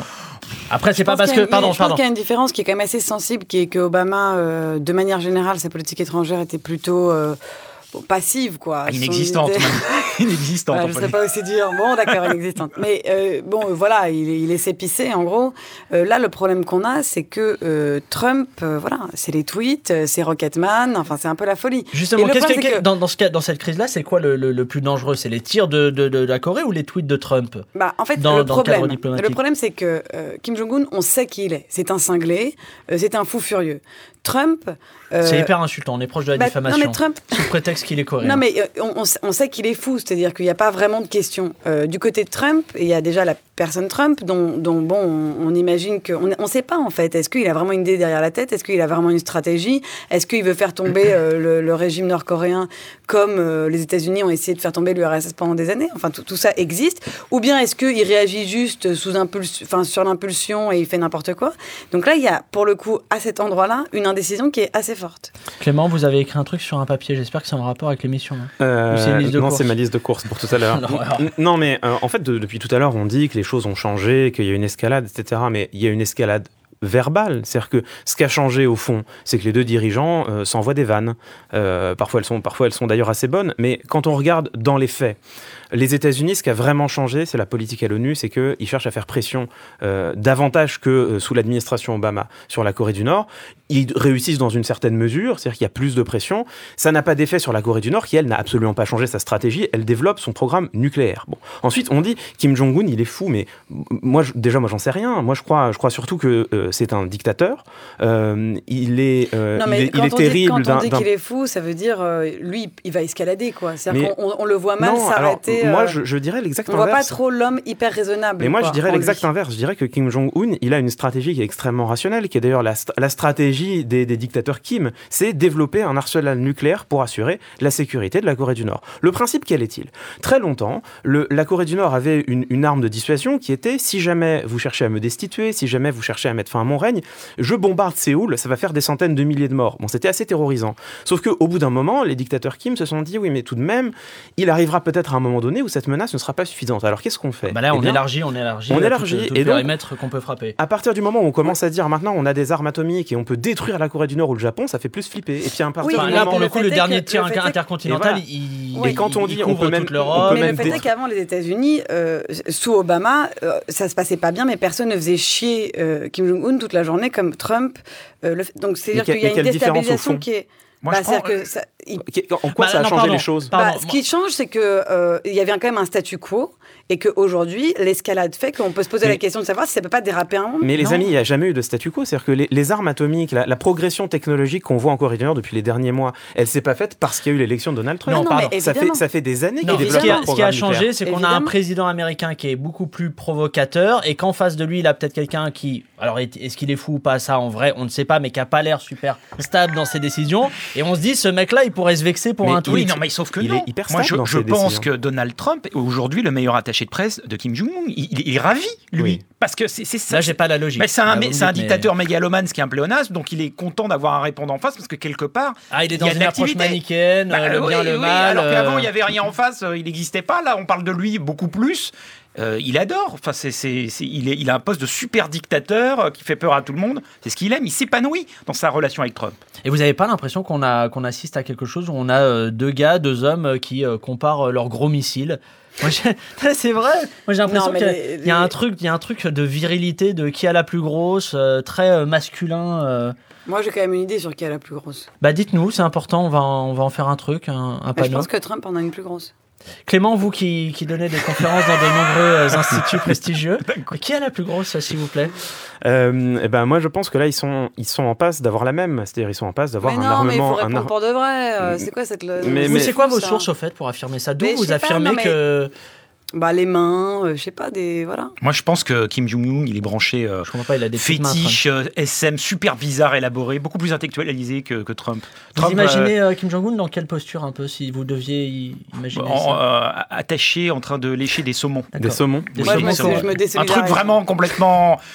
Après, c'est Je pas pense parce qu'il y a que... une- Pardon, je pardon. pense qu'il y a une différence qui est quand même assez sensible, qui est que Obama, euh, de manière générale, sa politique étrangère était plutôt euh, bon, passive, quoi. Ah, Son inexistante, idée- même. Inexistante. Ouais, on je peut sais dire. pas aussi dire. Bon, d'accord, inexistante. Mais euh, bon, euh, voilà, il, est- il est épicé, en gros. Euh, là, le problème qu'on a, c'est que euh, Trump, euh, voilà, c'est les tweets, euh, c'est Rocketman, enfin, c'est un peu la folie. Justement, Et le qu'est-ce problème, que- c'est que- dans, dans, ce cas, dans cette crise-là, c'est quoi le, le- le plus dangereux? C'est les tirs de, de, de la Corée ou les tweets de Trump? Bah, en fait, Dans- le, dans le cadre problème, diplomatique. le problème, c'est que euh, Kim Jong-un, on sait qui il est. C'est un cinglé, euh, c'est un fou furieux. Trump... euh, C'est hyper insultant, on est proche de la bah, diffamation. non, mais Trump- Sous prétexte qu'il est coréen. Non, mais euh, on, on sait- on sait qu'il est fou, c'est-à-dire qu'il n'y a pas vraiment de question. Euh, du côté de Trump, il y a déjà la personne Trump, dont, dont bon, on, on imagine que... On ne sait pas, en fait. Est-ce qu'il a vraiment une idée derrière la tête? Est-ce qu'il a vraiment une stratégie? Est-ce qu'il veut faire tomber euh, le, le régime nord-coréen comme euh, les États-Unis ont essayé de faire tomber l'U R S S pendant des années? Enfin, tout, tout ça existe. Ou bien est-ce qu'il réagit juste sous impulsion, enfin, sur l'impulsion et il fait n'importe quoi? Donc là, il y a, pour le coup, à cet endroit-là, une indécision qui est assez forte. Clément, vous avez écrit un truc sur un papier, j'espère que c'est en rapport avec l'émission. hein. Euh, Ou c'est une liste de non, courses c'est ma liste de courses pour tout à l'heure. L'horreur. N- non, mais euh, en fait, de- depuis tout à l'heure, on dit que les choses ont changé, qu'il y a une escalade, et cetera. Mais il y a une escalade verbale. C'est-à-dire que ce qui a changé, au fond, c'est que les deux dirigeants euh, s'envoient des vannes. Euh, parfois, elles sont, parfois, elles sont d'ailleurs assez bonnes. Mais quand on regarde dans les faits, les États-Unis, ce qui a vraiment changé, c'est la politique à l'ONU, c'est qu'ils cherchent à faire pression euh, davantage que euh, sous l'administration Obama sur la Corée du Nord. Ils réussissent dans une certaine mesure, c'est-à-dire qu'il y a plus de pression. Ça n'a pas d'effet sur la Corée du Nord, qui, elle, n'a absolument pas changé sa stratégie. Elle développe son programme nucléaire. Bon. Ensuite, on dit Kim Jong-un, il est fou, mais moi, je- déjà, moi, j'en sais rien. Moi, je crois, je crois surtout que euh, c'est un dictateur. Euh, il est, euh, Non, il mais est, quand il est on dit, terrible. quand on d'un- dit d'un- qu'il est fou, ça veut dire, euh, lui, il va escalader, quoi. C'est-à-dire Mais- qu'on on le voit mal Non, alors, s'arrêter. moi, euh, je, je dirais l'exact on voit pas inverse. trop l'homme hyper raisonnable. Mais moi, quoi, je dirais en l'exact lui. inverse. Je dirais que Kim Jong-un, il a une stratégie qui est extrêmement rationnelle, qui est d'ailleurs la, st- la stratégie des, des dictateurs Kim. C'est développer un arsenal nucléaire pour assurer la sécurité de la Corée du Nord. Le principe, quel est-il? Très longtemps, le- la Corée du Nord avait une, une arme de dissuasion qui était, si jamais vous cherchez à me destituer, si jamais vous cherchez à mettre fin à mon règne, je bombarde Séoul, ça va faire des centaines de milliers de morts. Bon, c'était assez terrorisant. Sauf qu'au bout d'un moment, les dictateurs Kim se sont dit, oui, mais tout de même, il arrivera peut-être à un moment donné où cette menace ne sera pas suffisante. Alors, qu'est-ce qu'on fait? Bah là, Eh on bien, élargit, on élargit. on à tout- élargit, tout et le donc- périmètre qu'on peut frapper. À partir du moment où on commence à dire maintenant on a des armes atomiques et on peut détruire la Corée du Nord ou le Japon, ça fait plus flipper. Et puis à partir Oui, du Enfin, mais là, moment pour le le coup, fait le est dernier que- tir le fait est que- intercontinental, Et voilà. il, Et quand on il dit, on couvre peut même toute dé- l'Europe. on peut Mais même le fait dé- est qu'avant les États-Unis, euh, sous Obama, euh, ça se passait pas bien, mais personne ne faisait chier euh, Kim Jong-un toute la journée comme Trump. Euh, le fait- donc c'est-à-dire Mais qu'il y a quelle une différence, au déstabilisation fond qui est. Moi, Bah, je prends- c'est-à-dire que ça- il- En quoi Bah, ça a non, changé pardon. les choses? Pardon, bah, ce qui change, c'est que euh, il y avait quand même un statu quo et qu'aujourd'hui, l'escalade fait qu'on peut se poser Mais- la question de savoir si ça peut pas déraper un moment. Mais les Non. amis, il n'y a jamais eu de statu quo. C'est-à-dire que les, les armes atomiques, la, la progression technologique qu'on voit en Corée du Nord depuis les derniers mois, elle s'est pas faite parce qu'il y a eu l'élection de Donald Trump. Non, non, pardon. mais ça, fait, évidemment. ça fait des années Non, qu'il ce développe qui, un a, ce qui a programme changé, nucléaire. c'est qu'on a un Évidemment. président américain qui est beaucoup plus provocateur et qu'en face de lui, il a peut-être quelqu'un qui, alors est- est-ce qu'il est fou ou pas, ça en vrai, on ne sait pas, mais qui a pas l'air super stable dans ses décisions. Et on se dit, ce mec-là, il pourrait se vexer pour Mais un oui, tweet. Oui, non, mais sauf que Il non. est hyper Moi, stable je, dans je ses pense décisions. que Donald Trump est aujourd'hui le meilleur attaché de presse de Kim Jong-un. Il, il- il est ravi, lui. Oui. Parce que c'est c'est ça. Là, j'ai pas la logique. Mais c'est un, Là, vous mais me c'est un dites, mais- dictateur mégalomane, ce qui est un pléonasme, donc il est content d'avoir un répondant en face parce que quelque part. Ah, il est il dans y a de une approche l'activité. manichéenne, Bah, euh, le oui, bien, le oui, mal. alors qu'avant, euh, il n'y avait rien en face, euh, il n'existait pas. Là, on parle de lui beaucoup plus. Euh, il adore. Enfin, c'est, c'est, c'est- il, est, il a un poste de super dictateur euh, qui fait peur à tout le monde. C'est ce qu'il aime. Il s'épanouit dans sa relation avec Trump. Et vous avez pas l'impression qu'on a qu'on assiste à quelque chose où on a euh, deux gars, deux hommes euh, qui euh, comparent euh, leurs gros missiles. Moi, j'ai- c'est vrai. Moi, j'ai l'impression Non, mais qu'il y a, les- il y a un les- truc, il y a un truc de virilité, de qui a la plus grosse, euh, très euh, masculin. euh. Moi, j'ai quand même une idée sur qui est la plus grosse. Bah, dites-nous, c'est important. On va en, on va en faire un truc, un, un Bah, je panneau. pense que Trump en a une plus grosse. Clément, vous qui, qui donnez des conférences dans de nombreux euh, instituts prestigieux, qui a la plus grosse, s'il vous plaît? Euh, eh ben moi je pense que là ils sont ils sont en passe d'avoir la même, c'est-à-dire ils sont en passe d'avoir Mais un non, mais il faut armement. un répondre ar- pour de vrai. euh, c'est quoi cette. le- Mais- c'est Mais mais- c'est quoi fou, vos ça. sources au fait pour affirmer ça? D'où Mais je vous sais pas, affirmez non, mais- que... Bah, les mains, euh, je sais pas, des. Voilà. Moi, je pense que Kim Jong-un, il est branché euh, Je comprends pas, il a des petites mains, fétiche, euh, S M, super bizarre, élaboré, beaucoup plus intellectualisé que, que Trump. Vous Trump, imaginez euh, Kim Jong-un dans quelle posture un peu, si vous deviez y imaginer en- ça euh, attaché en train de lécher des saumons. Des saumons. Des Moi, je saumons, me, saumons. je me Un désolidarise. truc vraiment complètement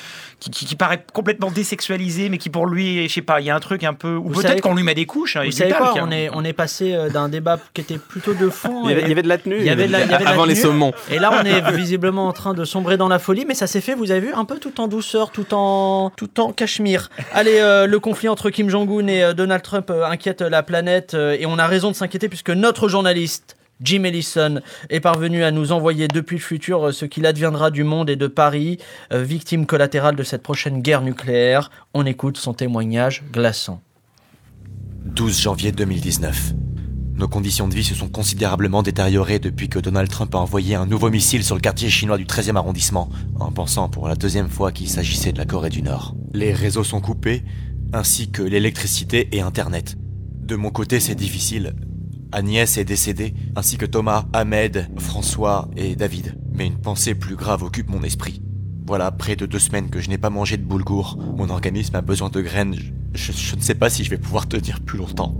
qui, qui, qui paraît complètement désexualisé, mais qui pour lui, je sais pas, il y a un truc un peu, ou Vous peut-être savez- qu'on lui met des couches. Hein, Vous et savez du quoi, talc, hein. on est, on est passé euh, d'un débat qui était plutôt de fond. Il y avait, et- il y avait de la tenue. il y avait de la- il y avait de la avant les tenue. saumons. Et là, on est visiblement en train de sombrer dans la folie, mais ça s'est fait, vous avez vu, un peu tout en douceur, tout en, tout en cachemire. Allez, euh, le conflit entre Kim Jong-un et euh, Donald Trump euh, inquiète la planète, euh, et on a raison de s'inquiéter puisque notre journaliste Jim Ellison est parvenu à nous envoyer depuis le futur euh, ce qu'il adviendra du monde et de Paris, euh, victime collatérale de cette prochaine guerre nucléaire. On écoute son témoignage glaçant. douze janvier deux mille dix-neuf. Nos conditions de vie se sont considérablement détériorées depuis que Donald Trump a envoyé un nouveau missile sur le quartier chinois du treizième arrondissement, en pensant pour la deuxième fois qu'il s'agissait de la Corée du Nord. Les réseaux sont coupés, ainsi que l'électricité et Internet. De mon côté, c'est difficile. Agnès est décédée, ainsi que Thomas, Ahmed, François et David. Mais une pensée plus grave occupe mon esprit. Voilà près de deux semaines que je n'ai pas mangé de boulgour. Mon organisme a besoin de graines. Je, je, je ne sais pas si je vais pouvoir tenir plus longtemps.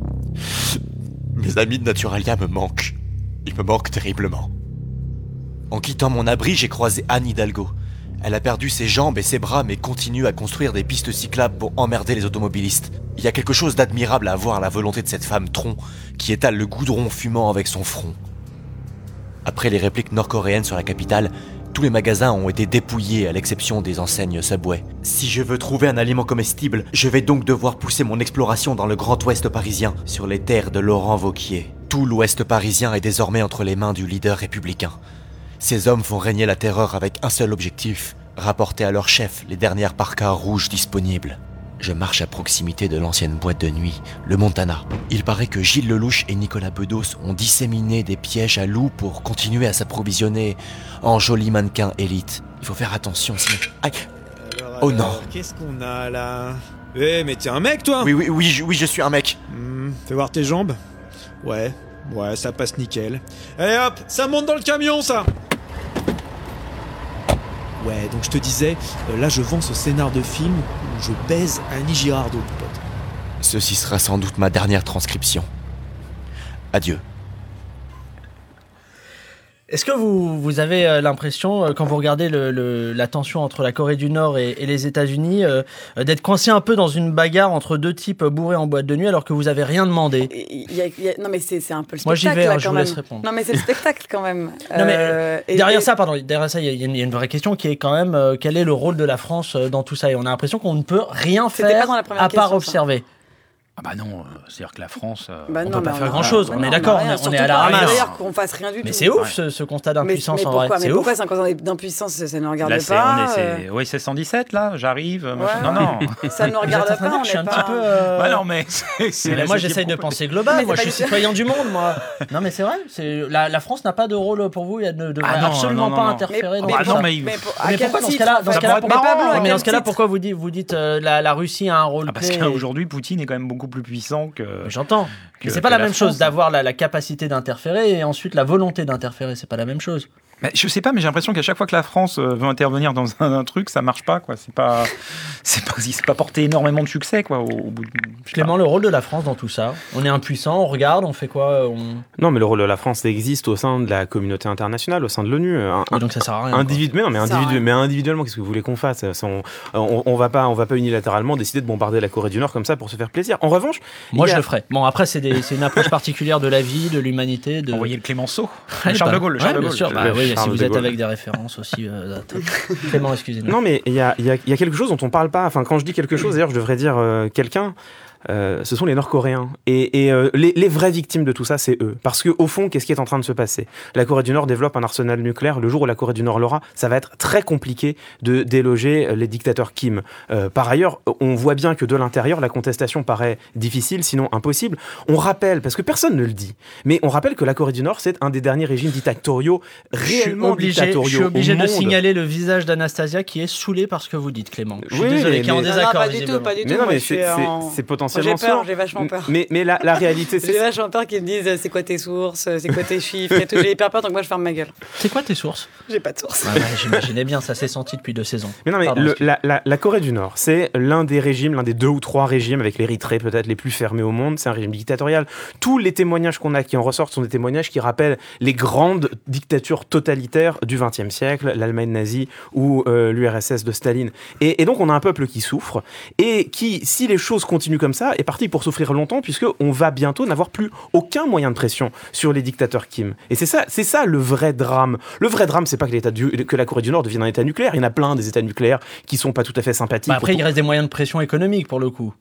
Mes amis de Naturalia me manquent. Ils me manquent terriblement. En quittant mon abri, j'ai croisé Anne Hidalgo. Elle a perdu ses jambes et ses bras, mais continue à construire des pistes cyclables pour emmerder les automobilistes. Il y a quelque chose d'admirable à voir la volonté de cette femme tronc qui étale le goudron fumant avec son front. Après les répliques nord-coréennes sur la capitale, tous les magasins ont été dépouillés à l'exception des enseignes Subway. Si je veux trouver un aliment comestible, je vais donc devoir pousser mon exploration dans le Grand Ouest parisien, sur les terres de Laurent Wauquiez. Tout l'Ouest parisien est désormais entre les mains du leader républicain. Ces hommes font régner la terreur avec un seul objectif, rapporter à leur chef les dernières parkas rouges disponibles. Je marche à proximité de l'ancienne boîte de nuit, le Montana. Il paraît que Gilles Lelouch et Nicolas Bedos ont disséminé des pièges à loups pour continuer à s'approvisionner en jolis mannequins élites. Il faut faire attention, sinon... Aïe. Alors, Oh alors, non. Qu'est-ce qu'on a là? Eh, mais t'es un mec, toi? Oui, oui, oui, je, oui, je suis un mec. Hmm, fais voir tes jambes. Ouais, ouais, ça passe nickel. Allez hop, ça monte dans le camion, ça! Ouais, donc je te disais, euh, là je vends ce scénar de film où je baise Annie Girardot, mon pote. Ceci sera sans doute ma dernière transcription. Adieu. Est-ce que vous, vous avez euh, l'impression, euh, quand vous regardez le, le, la tension entre la Corée du Nord et, et les États-Unis, euh, euh, d'être coincé un peu dans une bagarre entre deux types bourrés en boîte de nuit alors que vous avez rien demandé? Il y a- il y a- non mais c'est c'est un peu le spectacle. Moi j'y vais, là, hein, je quand vous même. laisse répondre. Non mais c'est le spectacle quand même. Non, mais, Euh, et- derrière et- ça, pardon, derrière ça, il y, a- il y a une vraie question qui est quand même euh, quel est le rôle de la France euh, dans tout ça? Et on a l'impression qu'on ne peut rien C'était faire pas dans la première à part question, ça. observer. Ah bah non, euh, c'est-à-dire que la France... euh, Bah on non, peut pas mais faire a- grand-chose, bah on non, est d'accord, a rien, on est- on est surtout à la pas ramasse. D'ailleurs qu'on fasse rien du tout. Mais c'est ouf Ouais. ce, ce constat Mais, d'impuissance mais en pourquoi, vrai. mais C'est pourquoi ouf. c'est encore d'impuissance, ça ne regarde Là, c'est, pas. on est, euh, c'est, oui, c'est cent dix-sept, là, j'arrive. Ouais, machin. non, ouais. non. Ça ne nous Vous êtes regarde en train de pas, dire on que je suis n'est un pas... petit peu. euh, Ouais, non, mais c'est, c'est Mais la moi septième j'essaye de propos. penser global, Mais moi je c'est suis pas du- citoyen du monde moi. Non mais c'est vrai, c'est la, la France n'a pas de rôle pour vous, il ne devrait Ah non, absolument non, pas non, non. interférer Mais, dans mais, Ah tout non, ça. mais il- mais pour- Mais à quel pourquoi dans ce titre, cas-là, en dans ce fait cas-là, Ça pourquoi, pourrait être marrant, Ouais, à mais dans quel ce cas-là, titre pourquoi vous dites, vous dites euh, la, la Russie a un rôle Ah, parce clé. qu'aujourd'hui, Poutine est quand même beaucoup plus puissant que... J'entends. que- Mais c'est pas que la la même France, chose d'avoir la, la capacité d'interférer et ensuite la volonté d'interférer, c'est pas la même chose. Mais je sais pas, mais j'ai l'impression qu'à chaque fois que la France euh, veut intervenir dans un, un truc, ça marche pas, quoi. C'est pas, c'est pas, c'est pas porté énormément de succès, quoi. Au, au bout de, je sais Clément, pas. le rôle de la France dans tout ça, on est impuissant, on regarde, on fait quoi on... Non, mais le rôle de la France existe au sein de la communauté internationale, au sein de l'ONU. Un- Oui, donc ça sert à rien. Individu- mais non, mais, Ça sert à individu- rien. mais individuellement, qu'est-ce que vous voulez qu'on fasse? Ça, on, on, on va pas, on va pas unilatéralement décider de bombarder la Corée du Nord comme ça pour se faire plaisir. En revanche, Moi il y je a- le ferais. Bon après c'est, des, c'est une approche particulière de la vie, de l'humanité. De... Envoyer le Clémenceau. Ouais, Charles bah, de Gaulle. ouais, Charles de bien Gaulle. sûr. Bah, Le oui, si Charles vous de êtes Gaulle. avec des références aussi. Euh, attends. Clément, excusez-nous. Non, mais il y a, il y a- il y a quelque chose dont on parle pas. Enfin, quand je dis quelque chose, d'ailleurs, je devrais dire euh, quelqu'un. Euh, ce sont les Nord-Coréens. Et, et euh, les, les vraies victimes de tout ça, c'est eux. Parce qu'au fond, qu'est-ce qui est en train de se passer? La Corée du Nord développe un arsenal nucléaire. Le jour où la Corée du Nord l'aura, ça va être très compliqué de déloger les dictateurs Kim. Euh, par ailleurs, on voit bien que de l'intérieur, la contestation paraît difficile, sinon impossible. On rappelle, parce que personne ne le dit, mais on rappelle que la Corée du Nord, c'est un des derniers régimes dictatoriaux Je suis réellement obligé, dictatoriaux je suis obligé au de monde. signaler le visage d'Anastasia qui est saulé par ce que vous dites, Clément. Je suis Oui, désolé, mais- qui est en mais- Non, non, désaccord pas du tout, visiblement. pas du tout. Mais non, Moi, mais je suis c'est, c'est- en- c'est potentiellement potentiellement J'ai peur, sourd. j'ai vachement peur. Mais, mais la, la réalité, c'est J'ai vachement peur qu'ils me disent euh, c'est quoi tes sources, euh, c'est quoi tes chiffres et tout. J'ai hyper peur, donc moi je ferme ma gueule. C'est quoi tes sources? J'ai pas de sources. Ah ouais, j'imaginais bien, ça s'est senti depuis deux saisons. Mais non, mais Pardon, le, la, la, la Corée du Nord, c'est l'un des régimes, l'un des deux ou trois régimes, avec l'Érythrée peut-être les plus fermés au monde. C'est un régime dictatorial. Tous les témoignages qu'on a qui en ressortent sont des témoignages qui rappellent les grandes dictatures totalitaires du vingtième siècle, l'Allemagne nazie ou euh, l'U R S S de Staline. Et, et donc on a un peuple qui souffre et qui, si les choses continuent comme ça, est parti pour souffrir longtemps, puisqu'on va bientôt n'avoir plus aucun moyen de pression sur les dictateurs Kim. Et c'est ça, c'est ça le vrai drame. Le vrai drame, c'est pas que, l'État du, que la Corée du Nord devienne un État nucléaire. Il y en a plein des États nucléaires qui sont pas tout à fait sympathiques. Bah après, pour... il reste des moyens de pression économique pour le coup.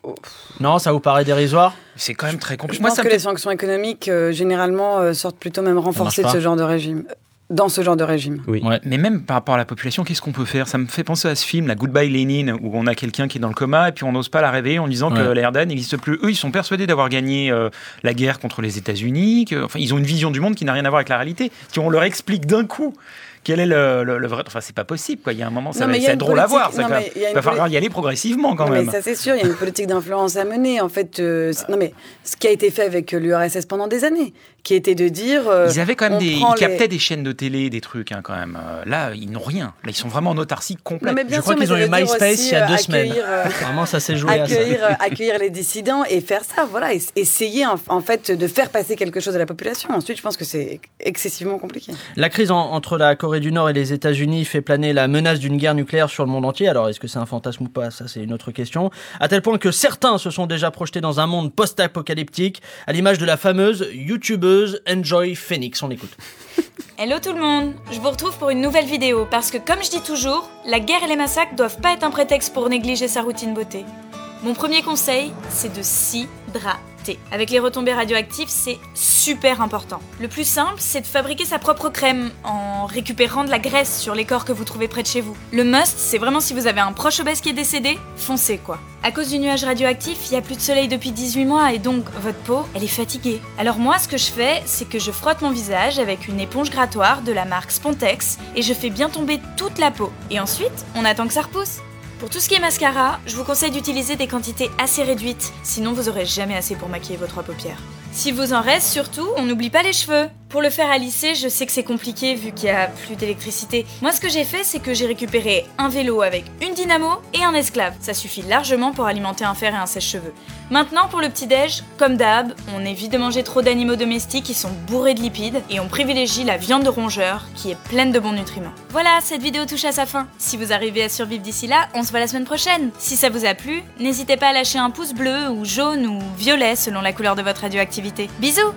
Non, ça vous paraît dérisoire? C'est quand même très compliqué. Je Moi, pense ça que me les fait- sanctions économiques, euh, généralement, euh, sortent plutôt même renforcées de pas. ce genre de régime. Dans ce genre de régime. Oui. Ouais. Mais même par rapport à la population, qu'est-ce qu'on peut faire? Ça me fait penser à ce film, la Goodbye Lénine, où on a quelqu'un qui est dans le coma et puis on n'ose pas la réveiller en disant Ouais. que la R D A n'existe plus. Eux, ils sont persuadés d'avoir gagné euh, la guerre contre les États-Unis. Que, enfin, ils ont une vision du monde qui n'a rien à voir avec la réalité. Si on leur explique d'un coup quel est le, le, le vrai... Enfin, c'est pas possible, quoi. Il y a un moment, ça Non, va mais il y a c'est une drôle à politique- voir. Ça, non, quand mais même. il y a Il une va falloir poli- y aller progressivement, quand Non, même. mais ça c'est sûr, il y a une politique d'influence à mener. En fait, euh, c'est- non mais ce qui a été fait avec l'U R S S pendant des années, qui était de dire. euh, Ils avaient quand même on des, prend ils captaient les- des chaînes de télé, des trucs, hein, quand même. Euh, là, ils n'ont rien. Là, ils sont vraiment en autarcie complète. Non, mais bien Je crois sûr, qu'ils ont mais eu ça veut dire MySpace aussi, il y a deux euh, semaines. accueillir, euh, Vraiment, ça s'est joué à ça. accueillir, euh, accueillir les dissidents et faire ça, voilà, et- essayer en, en fait de faire passer quelque chose à la population. Ensuite, je pense que c'est excessivement compliqué. La crise en- entre la Corée du Nord et les États-Unis fait planer la menace d'une guerre nucléaire sur le monde entier. Alors, est-ce que c'est un fantasme ou pas? Ça, c'est une autre question. À tel point que certains se sont déjà projetés dans un monde post-apocalyptique, à l'image de la fameuse youtubeuse Enjoy Phoenix. On écoute. Hello tout le monde, je vous retrouve pour une nouvelle vidéo parce que comme je dis toujours, la guerre et les massacres doivent pas être un prétexte pour négliger sa routine beauté. Mon premier conseil, c'est de s'hydrater. Avec les retombées radioactives, c'est super important. Le plus simple, c'est de fabriquer sa propre crème en récupérant de la graisse sur les corps que vous trouvez près de chez vous. Le must, c'est vraiment si vous avez un proche obèse qui est décédé, foncez quoi. À cause du nuage radioactif, il n'y a plus de soleil depuis dix-huit mois et donc votre peau, elle est fatiguée. Alors moi, ce que je fais, c'est que je frotte mon visage avec une éponge grattoir de la marque Spontex et je fais bien tomber toute la peau. Et ensuite, on attend que ça repousse. Pour tout ce qui est mascara, je vous conseille d'utiliser des quantités assez réduites, sinon vous aurez jamais assez pour maquiller vos trois paupières. S'il vous en reste, surtout, on n'oublie pas les cheveux. Pour le faire à lisser, je sais que c'est compliqué vu qu'il n'y a plus d'électricité. Moi, ce que j'ai fait, c'est que j'ai récupéré un vélo avec une dynamo et un esclave. Ça suffit largement pour alimenter un fer et un sèche-cheveux. Maintenant, pour le petit-déj, comme d'hab, on évite de manger trop d'animaux domestiques qui sont bourrés de lipides et on privilégie la viande de rongeur qui est pleine de bons nutriments. Voilà, cette vidéo touche à sa fin. Si vous arrivez à survivre d'ici là, on se voit la semaine prochaine. Si ça vous a plu, n'hésitez pas à lâcher un pouce bleu ou jaune ou violet selon la couleur de votre radioactivité. Bisous!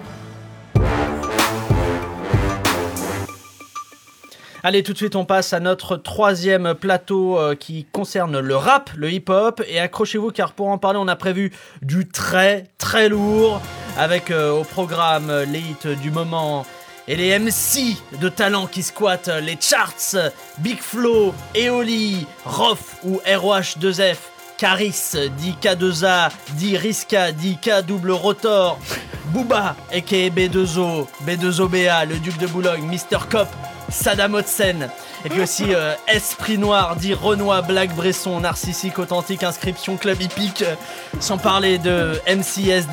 Allez, tout de suite, on passe à notre troisième plateau euh, qui concerne le rap, le hip-hop. Et accrochez-vous, car pour en parler, on a prévu du très, très lourd. Avec euh, au programme euh, les hits du moment et les M C de talent qui squattent les charts. Big Flo, Eoli, Rof ou R O H deux F. Caris, dit K deux A, dit Riska, dit K double Rotor. Booba, aka B deux O, B deux O B A, le duc de Boulogne, Mister Cop, Saddam Hussein. Et puis aussi euh, Esprit Noir, dit Renoir, Black Bresson, Narcissique, Authentique, Inscription, Club Hippique. Sans parler de M C S,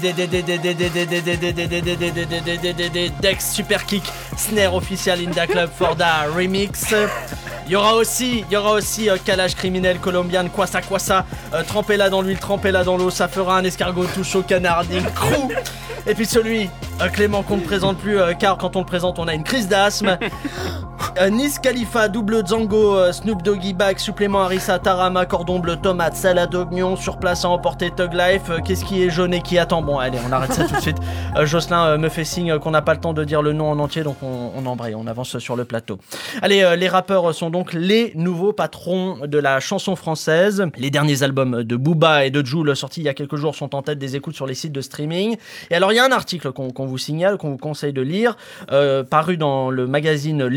Dex, Superkick, Snare Official, Inda Club, Forda, Remix. Il y aura aussi, il y aura aussi euh, Calage Criminel, Colombian, Kwasa Kwasa, euh, trempez-la dans l'huile, trempez-la dans l'eau, ça fera un escargot tout chaud, canarding, crew. Et puis celui, euh, Clément, qu'on ne présente plus, euh, car quand on le présente, on a une crise d'asthme. Euh, Nice Khalifa, double Django, euh, Snoop Doggy Bag, supplément Harissa, Tarama, cordon bleu, tomate, salade d'oignon, sur place à emporter Tug Life. Euh, Qu'est-ce qui est jaune et qui attend? Bon, allez, on arrête ça tout de suite. Euh, Jocelyn euh, me fait signe euh, qu'on n'a pas le temps de dire le nom en entier, donc on, on embraye, on avance sur le plateau. Allez, euh, les rappeurs sont donc les nouveaux patrons de la chanson française. Les derniers albums de Booba et de Jul sortis il y a quelques jours sont en tête des écoutes sur les sites de streaming. Et alors, il y a un article qu'on qu'on vous signale, qu'on vous conseille de lire, euh, paru dans le magazine Les Jours, sur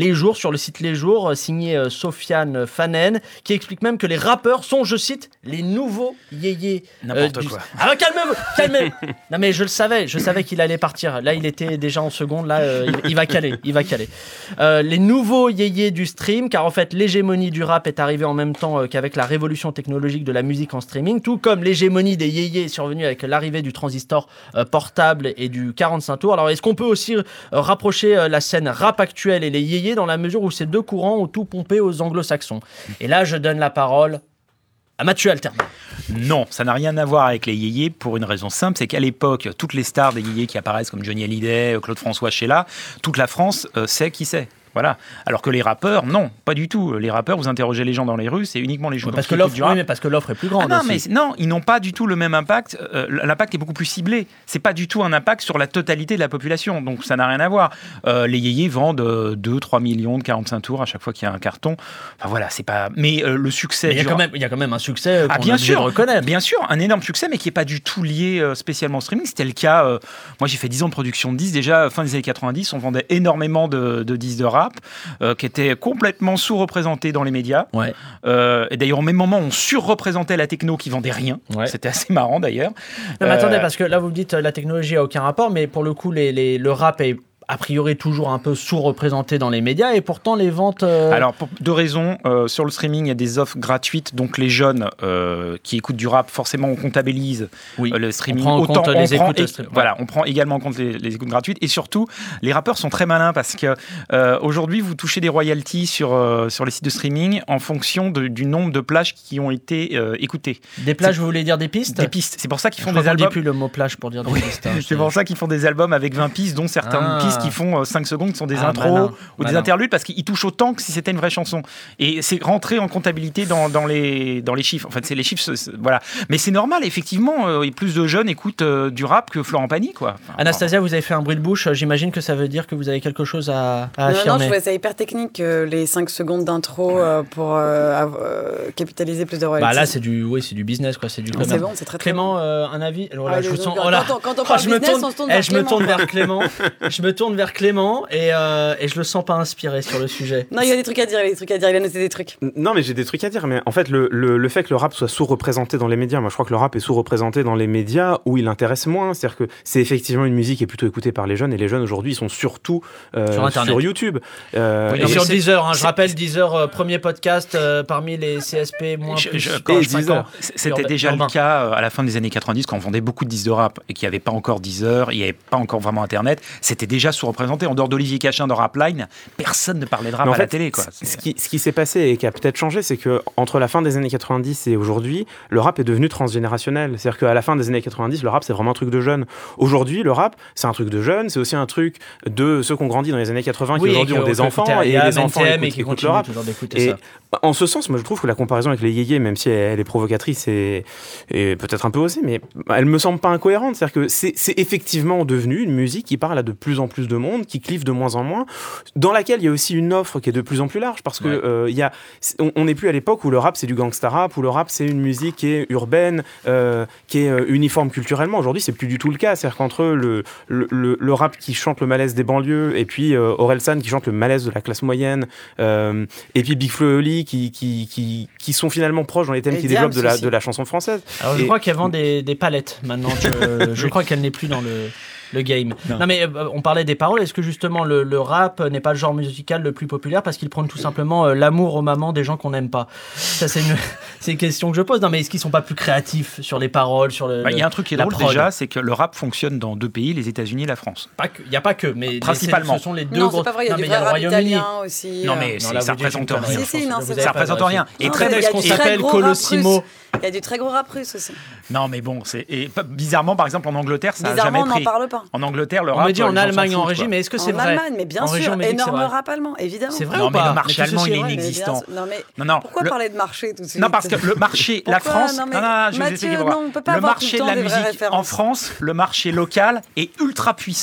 sur le site Les Jours, signé euh, Sofiane Fanen, qui explique même que les rappeurs sont, je cite, les nouveaux yéyés. N'importe euh, du... quoi. Ah bah calmez-vous, calmez-vous. Non mais je le savais, je savais qu'il allait partir. Là, il était déjà en seconde, là, euh, il, il va caler, il va caler. Euh, les nouveaux yéyés du stream, car en fait, l'hégémonie du rap est arrivée en même temps euh, qu'avec la révolution technologique de la musique en streaming, tout comme l'hégémonie des yéyés est survenue avec l'arrivée du transistor euh, portable et du quarante-cinq tours. Alors, est-ce qu'on peut aussi euh, rapprocher euh, la scène rap actuelle et les yéyés dans la mesure où ces deux courants ont tout pompé aux anglo-saxons? Et là, je donne la parole à Mathieu Alterman. Non, ça n'a rien à voir avec les yéyés pour une raison simple, c'est qu'à l'époque, toutes les stars des yéyés qui apparaissent comme Johnny Hallyday, Claude François Sheila, toute la France euh, sait qui c'est. Voilà. Alors que les rappeurs, non, pas du tout. Les rappeurs, vous interrogez les gens dans les rues, c'est uniquement les gens. Ouais, parce, que l'offre, oui, mais parce que l'offre est plus grande. Ah non, aussi. mais non, ils n'ont pas du tout le même impact. Euh, l'impact est beaucoup plus ciblé. C'est pas du tout un impact sur la totalité de la population. Donc ça n'a rien à voir. Euh, les yéyés vendent euh, deux à trois millions de quarante-cinq tours à chaque fois qu'il y a un carton. Enfin voilà, c'est pas. Mais euh, le succès. Il y, genre... y a quand même un succès qu'on ah, bien a sûr, de reconnaître. Bien sûr, un énorme succès, mais qui n'est pas du tout lié euh, spécialement au streaming. C'était le cas. Euh, moi, j'ai fait dix ans de production de disques. Déjà, fin des années quatre-vingt-dix, on vendait énormément de, de disques de rap. Euh, qui étaient complètement sous-représentés dans les médias. Ouais. Euh, et d'ailleurs, au même moment, on surreprésentait la techno qui vendait rien. Ouais. C'était assez marrant d'ailleurs. Non, mais euh... attendez, parce que là, vous me dites la technologie a aucun rapport, mais pour le coup, les, les, le rap est a priori toujours un peu sous-représenté dans les médias, et pourtant les ventes... Euh... Alors, pour deux raisons. Euh, sur le streaming, il y a des offres gratuites, donc les jeunes euh, qui écoutent du rap, forcément, on comptabilise oui. euh, le streaming. On prend en Autant, compte on les prend, écoutes. Et, voilà, on prend également en compte les, les écoutes gratuites, et surtout, les rappeurs sont très malins, parce que euh, aujourd'hui, vous touchez des royalties sur, euh, sur les sites de streaming en fonction de, du nombre de plages qui ont été euh, écoutées. Des plages, vous voulez dire des pistes? Des pistes. C'est pour ça qu'ils font Je des albums... Je ne dis plus le mot plage pour dire des oui. pistes. Hein, c'est, c'est pour ça qu'ils font des albums avec vingt pistes, dont certaines ah. pistes qui font euh, cinq secondes, qui sont des ah, intros malin, ou malin. des interludes, parce qu'ils touchent autant que si c'était une vraie chanson. Et c'est rentré en comptabilité dans, dans, les, dans les chiffres. En fait, c'est les chiffres, c'est, voilà. Mais c'est normal, effectivement, euh, plus de jeunes écoutent euh, du rap que Florent Pagny, quoi. Enfin, Anastasia, vous avez fait un bruit de bouche. J'imagine que ça veut dire que vous avez quelque chose à, à non, affirmer. Non, je trouvais ça hyper technique, euh, les cinq secondes d'intro euh, pour euh, euh, capitaliser plus de royalties. Bah là, c'est du, oui, c'est du business, quoi. C'est du commerce. C'est bon, c'est très, très Clément, bon. euh, un avis? Alors, là, ah, je donc, sens, quand, oh là, on, quand on parle oh, je business, me tourne, on se tourne eh, vers je Clément. me tourne vers Clément. Je me tourne vers Clément et, euh, et je le sens pas inspiré sur le sujet. Non, il y a des trucs à dire, il y a des trucs à dire, il a noté des trucs. Non, mais j'ai des trucs à dire, mais en fait, le, le, le fait que le rap soit sous-représenté dans les médias, moi je crois que le rap est sous-représenté dans les médias où il intéresse moins. C'est-à-dire que c'est effectivement une musique qui est plutôt écoutée par les jeunes, et les jeunes aujourd'hui, ils sont surtout euh, sur, Internet. sur YouTube. Euh, oui, et sur Deezer, hein, je rappelle, Deezer, euh, premier podcast euh, parmi les C S P moins je, plus je, quand cinq ans. C'était déjà le cas euh, à la fin des années quatre-vingt-dix, quand on vendait beaucoup de disques de rap et qu'il n'y avait pas encore Deezer, il n'y avait pas encore vraiment Internet, c'était déjà sous-représenté. En dehors d'Olivier Cachin dans Rapline, personne ne parlait de rap à fait, la télé. Quoi. Ce qui, ce qui s'est passé et qui a peut-être changé, c'est que entre la fin des années quatre-vingt-dix et aujourd'hui, le rap est devenu transgénérationnel. C'est-à-dire qu'à la fin des années quatre-vingt-dix, le rap, c'est vraiment un truc de jeunes. Aujourd'hui, le rap, c'est un truc de jeunes, c'est aussi un truc de ceux qui ont grandi dans les années quatre-vingts, oui, qui aujourd'hui ont des enfants, et les enfants écoutent, et qui écoutent le rap. Et ça. En ce sens, moi, je trouve que la comparaison avec les yéyés, même si elle est provocatrice et, et peut-être un peu osée, mais elle me semble pas incohérente. C'est-à-dire que c'est, c'est effectivement devenu une musique qui parle à de plus en plus de monde, qui clive de moins en moins, dans laquelle il y a aussi une offre qui est de plus en plus large, parce que ouais. euh, y a, on n'est plus à l'époque où le rap c'est du gangsta rap, où le rap c'est une musique qui est urbaine, euh, qui est euh, uniforme culturellement. Aujourd'hui, c'est plus du tout le cas. C'est-à-dire qu'entre le, le, le, le rap qui chante le malaise des banlieues, et puis euh, Orelsan qui chante le malaise de la classe moyenne, euh, et puis Big Flo et Oli qui, qui, qui, qui sont finalement proches dans les thèmes et qui développent de la, de la chanson française. Alors et... je crois qu'elle vend des, des palettes maintenant. Je, je crois qu'elle n'est plus dans le... le game. Non. non mais euh, on parlait des paroles. Est-ce que justement le, le rap n'est pas le genre musical le plus populaire parce qu'il prône tout simplement euh, l'amour aux mamans des gens qu'on n'aime pas? Ça c'est une, c'est une question que je pose. Non mais est-ce qu'ils sont pas plus créatifs sur les paroles, sur le... Il bah, y a un truc qui est drôle prod. déjà, c'est que le rap fonctionne dans deux pays, les États-Unis et la France. Il n'y a pas que, mais principalement. Les, ce sont les deux non, gros. C'est pas vrai, il y a non, du vrai rap italien aussi. Non mais non, là, ça représente rien. Si, si, non, ça représente rien. Et très ce qu'on s'appelle Colossimo. Il y a du très gros rap russe aussi. Non mais bon, c'est et bizarrement par exemple en Angleterre ça n'a jamais pris. on n'en parle pas. En Angleterre le on rap. me dit en Allemagne en régie, mais est-ce que c'est en vrai? En Allemagne, mais bien en sûr, région, énorme rap allemand, évidemment. C'est vrai non, ou pas? mais le marché allemand il est inexistant. Non mais non, non, pourquoi le... parler de marché tout de suite? Non parce que le marché, la France. Non mais non, non, je Mathieu, non, on peut pas le avoir marché tout le de la musique en références. France, le marché local est ultra puissant.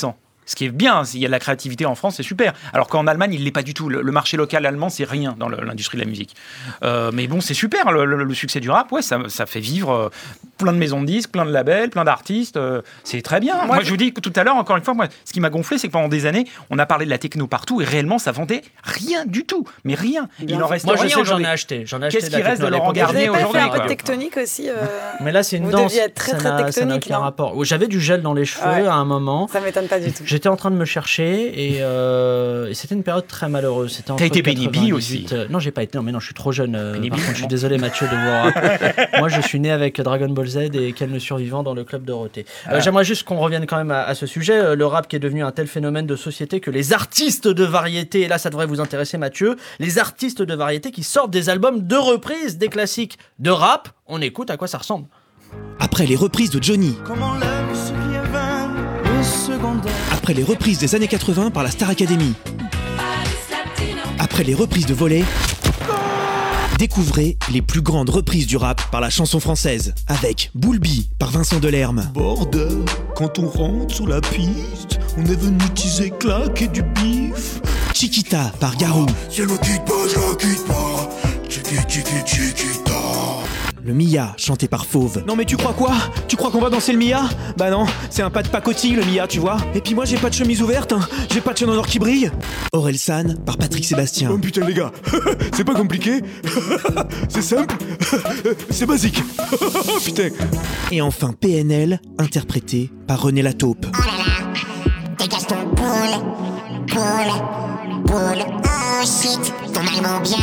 Ce qui est bien, il y a de la créativité en France, c'est super. Alors qu'en Allemagne, il ne l'est pas du tout. Le, le marché local allemand, c'est rien dans le, l'industrie de la musique. Euh, mais bon, c'est super, le, le, le succès du rap, ouais, ça, ça fait vivre euh, plein de maisons de disques, plein de labels, plein d'artistes. Euh, c'est très bien. Moi, moi je... je vous dis que tout à l'heure, encore une fois, moi, ce qui m'a gonflé, c'est que pendant des années, on a parlé de la techno partout et réellement, ça vendait rien du tout. Mais rien. Il en reste moi, rien. Moi, je sais que j'en ai acheté. J'en ai acheté. Qu'est-ce qui reste de Laurent Garnier aujourd'hui? Vous avez fait un peu de tectonique aussi. Euh... Mais là, c'est une vous danse. Vous deviez être très, très tectonique. Ça n'a aucun rapport. J'avais du gel dans les cheveux ouais. à un moment. Ça m'étonne pas du tout. J'étais en train de me chercher. Et, euh, et c'était une période très malheureuse. C'était T'as été Benny aussi euh, Non, j'ai pas été. Non, mais non, je suis trop jeune. Euh, par contre, je suis désolé, Mathieu, de vous. Moi, je suis né avec Dragon Ball Z et Ken le Survivant dans le club Dorothée. Euh, ah. J'aimerais juste qu'on revienne quand même à, à ce sujet. Le rap qui est devenu un tel phénomène de société que les artistes de variété, et là, ça devrait vous intéresser, Mathieu, les artistes de variété qui sortent des albums de reprise des classiques de rap. On écoute à quoi ça ressemble. Après les reprises de Johnny. Comment lève ce qui est vain, le secondaire. Après les reprises des années quatre-vingts par la Star Academy. Après les reprises de Volley. Découvrez les plus grandes reprises du rap par la chanson française. Avec Boulby par Vincent Delerme. Bordel, quand on rentre sur la piste, on est venu teaser, claquer du bif. Chiquita par Garou. Si elle me quitte pas, je la quitte pas. Chiqui, chiqui, chiquita. Le Mia, chanté par Fauve. Non mais tu crois quoi? Tu crois qu'on va danser le Mia? Bah non, c'est un pas de pacotille le Mia, tu vois. Et puis moi j'ai pas de chemise ouverte, hein. J'ai pas de chaîne en or qui brille. Orelsan par Patrick Sébastien. Oh putain les gars, c'est pas compliqué. C'est simple. C'est basique. Putain. Et enfin P N L, interprété par René Lataupe. Oh là là, dégage ton poule, poule, poule. Oh shit, ton allemand bien.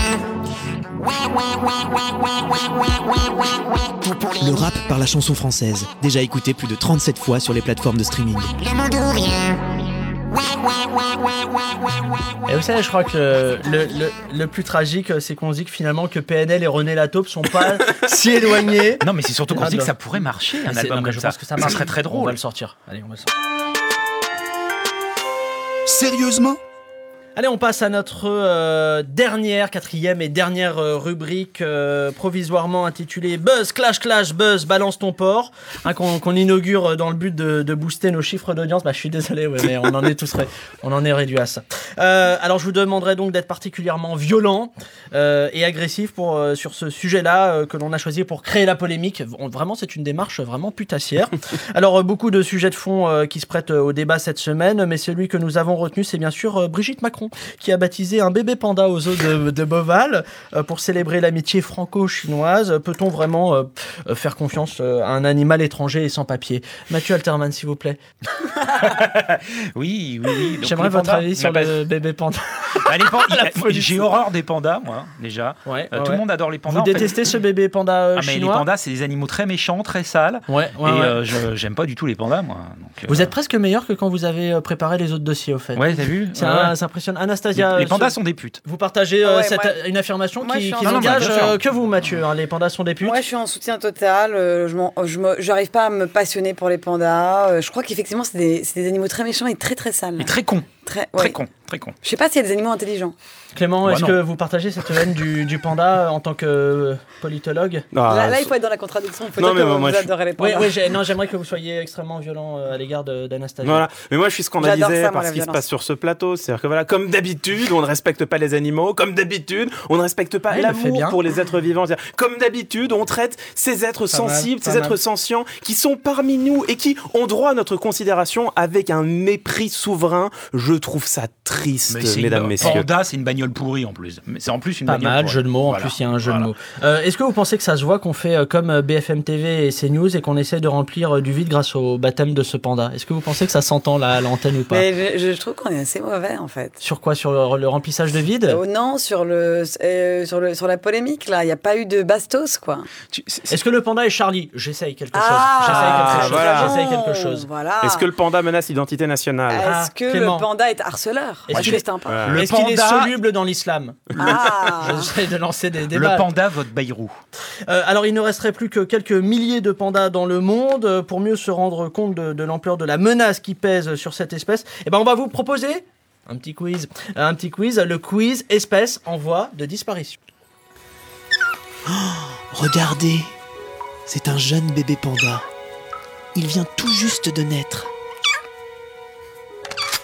Le rap par la chanson française, déjà écouté plus de trente-sept fois sur les plateformes de streaming. Le monde ou rien. Et vous savez, je crois que le, le, le plus tragique, c'est qu'on se dit que finalement que P N L et René Lataupe sont pas si éloignés. Non, mais c'est surtout qu'on se dit que ça pourrait marcher un album non, comme je ça. pense que ça, ça serait très drôle. On va le sortir. Allez, on va le sortir. Sérieusement ? Allez, on passe à notre euh, dernière, quatrième et dernière euh, rubrique euh, provisoirement intitulée Buzz, Clash, Clash, Buzz, balance ton porc, hein, qu'on, qu'on inaugure dans le but de, de booster nos chiffres d'audience. Bah, je suis désolé, ouais, mais on en est tous ré... on en est réduit à ça. Euh, alors, je vous demanderai donc d'être particulièrement violent euh, et agressif pour, euh, sur ce sujet-là euh, que l'on a choisi pour créer la polémique. On, vraiment, c'est une démarche vraiment putassière. Alors, euh, beaucoup de sujets de fond euh, qui se prêtent au débat cette semaine, mais celui que nous avons retenu, c'est bien sûr euh, Brigitte Macron, qui a baptisé un bébé panda aux eaux de, de Beauval euh, pour célébrer l'amitié franco-chinoise. Peut-on vraiment euh, faire confiance euh, à un animal étranger et sans papier? Mathieu Alterman, s'il vous plaît. Oui, oui, oui. Donc, j'aimerais votre pandas, avis sur bah, le bébé panda. Bah, les pandas j'ai horreur des pandas, moi, déjà. Ouais, euh, ouais, tout ouais. le monde adore les pandas. Vous détestez fait. ce bébé panda euh, ah, mais chinois? Les pandas, c'est des animaux très méchants, très sales. Ouais, ouais, et ouais. Euh, je, j'aime pas du tout les pandas, moi. Donc, vous euh... êtes presque meilleur que quand vous avez préparé les autres dossiers, au fait. Ouais, t'as vu? C'est ouais, un, ouais. c'est impressionnant. Anastasia, les, les pandas ce... sont des putes. Vous partagez euh, ouais, cette, moi, une affirmation moi, qui, qui en... engage non, euh, que vous, Mathieu, hein, les pandas sont des putes? Moi, je suis en soutien total. Euh, je m'en, je me, j'arrive pas à me passionner pour les pandas. Euh, je crois qu'effectivement, c'est des, c'est des animaux très méchants et très très sales. Et très cons. Très, très ouais. cons. Très cons. Je sais pas s'il y a des animaux intelligents. Clément, bah est-ce non. que vous partagez cette haine du, du panda en tant que politologue? ah, Là, là il faut être dans la contradiction. Il faut non, dire que vous moi, adorez les pandas. Oui, oui, j'ai, non, j'aimerais que vous soyez extrêmement violent à l'égard de, d'Anastasia. Voilà. Mais moi, je suis scandalisé ça, par ce qui se passe sur ce plateau. C'est-à-dire que voilà, comme d'habitude, on ne respecte pas les animaux. Comme d'habitude, on ne respecte pas ouais, l'amour pour les êtres vivants. C'est-à-dire, comme d'habitude, on traite ces êtres pas sensibles, mal, ces êtres mal. sensients qui sont parmi nous et qui ont droit à notre considération avec un mépris souverain. Je trouve ça triste, mais mesdames, une, messieurs. Panda, c'est une bagnole pourrie en plus. Mais c'est en plus une pas bagnole mal, pourrie. Jeu de mots. En voilà. plus, il y a un jeu voilà. de mots. Euh, est-ce que vous pensez que ça se voit qu'on fait euh, comme B F M T V et CNews et qu'on essaie de remplir euh, du vide grâce au baptême de ce panda? Est-ce que vous pensez que ça s'entend là à l'antenne ou pas? Mais je, je trouve qu'on est assez mauvais en fait. Sur quoi? Sur le, le remplissage de vide? euh, Non, sur le, euh, sur le sur la polémique là. Il n'y a pas eu de bastos quoi. Tu, c'est, c'est... Est-ce que le panda est Charlie? J'essaye quelque chose. Ah, J'essaye quelque chose. Voilà. J'essaye quelque chose. Voilà. Est-ce que le panda menace l'identité nationale? Est-ce ah, que Clément. le panda est harceleur? Est-ce, Est-ce, que... que c'est un panda? le Est-ce panda... qu'il est soluble dans l'islam? Ah. J'essaie de lancer des débats. Le panda vote Bayrou. Euh, alors, il ne resterait plus que quelques milliers de pandas dans le monde. Pour mieux se rendre compte de, de l'ampleur de la menace qui pèse sur cette espèce, eh ben, on va vous proposer un petit quiz. Un petit quiz, le quiz espèce en voie de disparition. Oh, regardez, c'est un jeune bébé panda. Il vient tout juste de naître.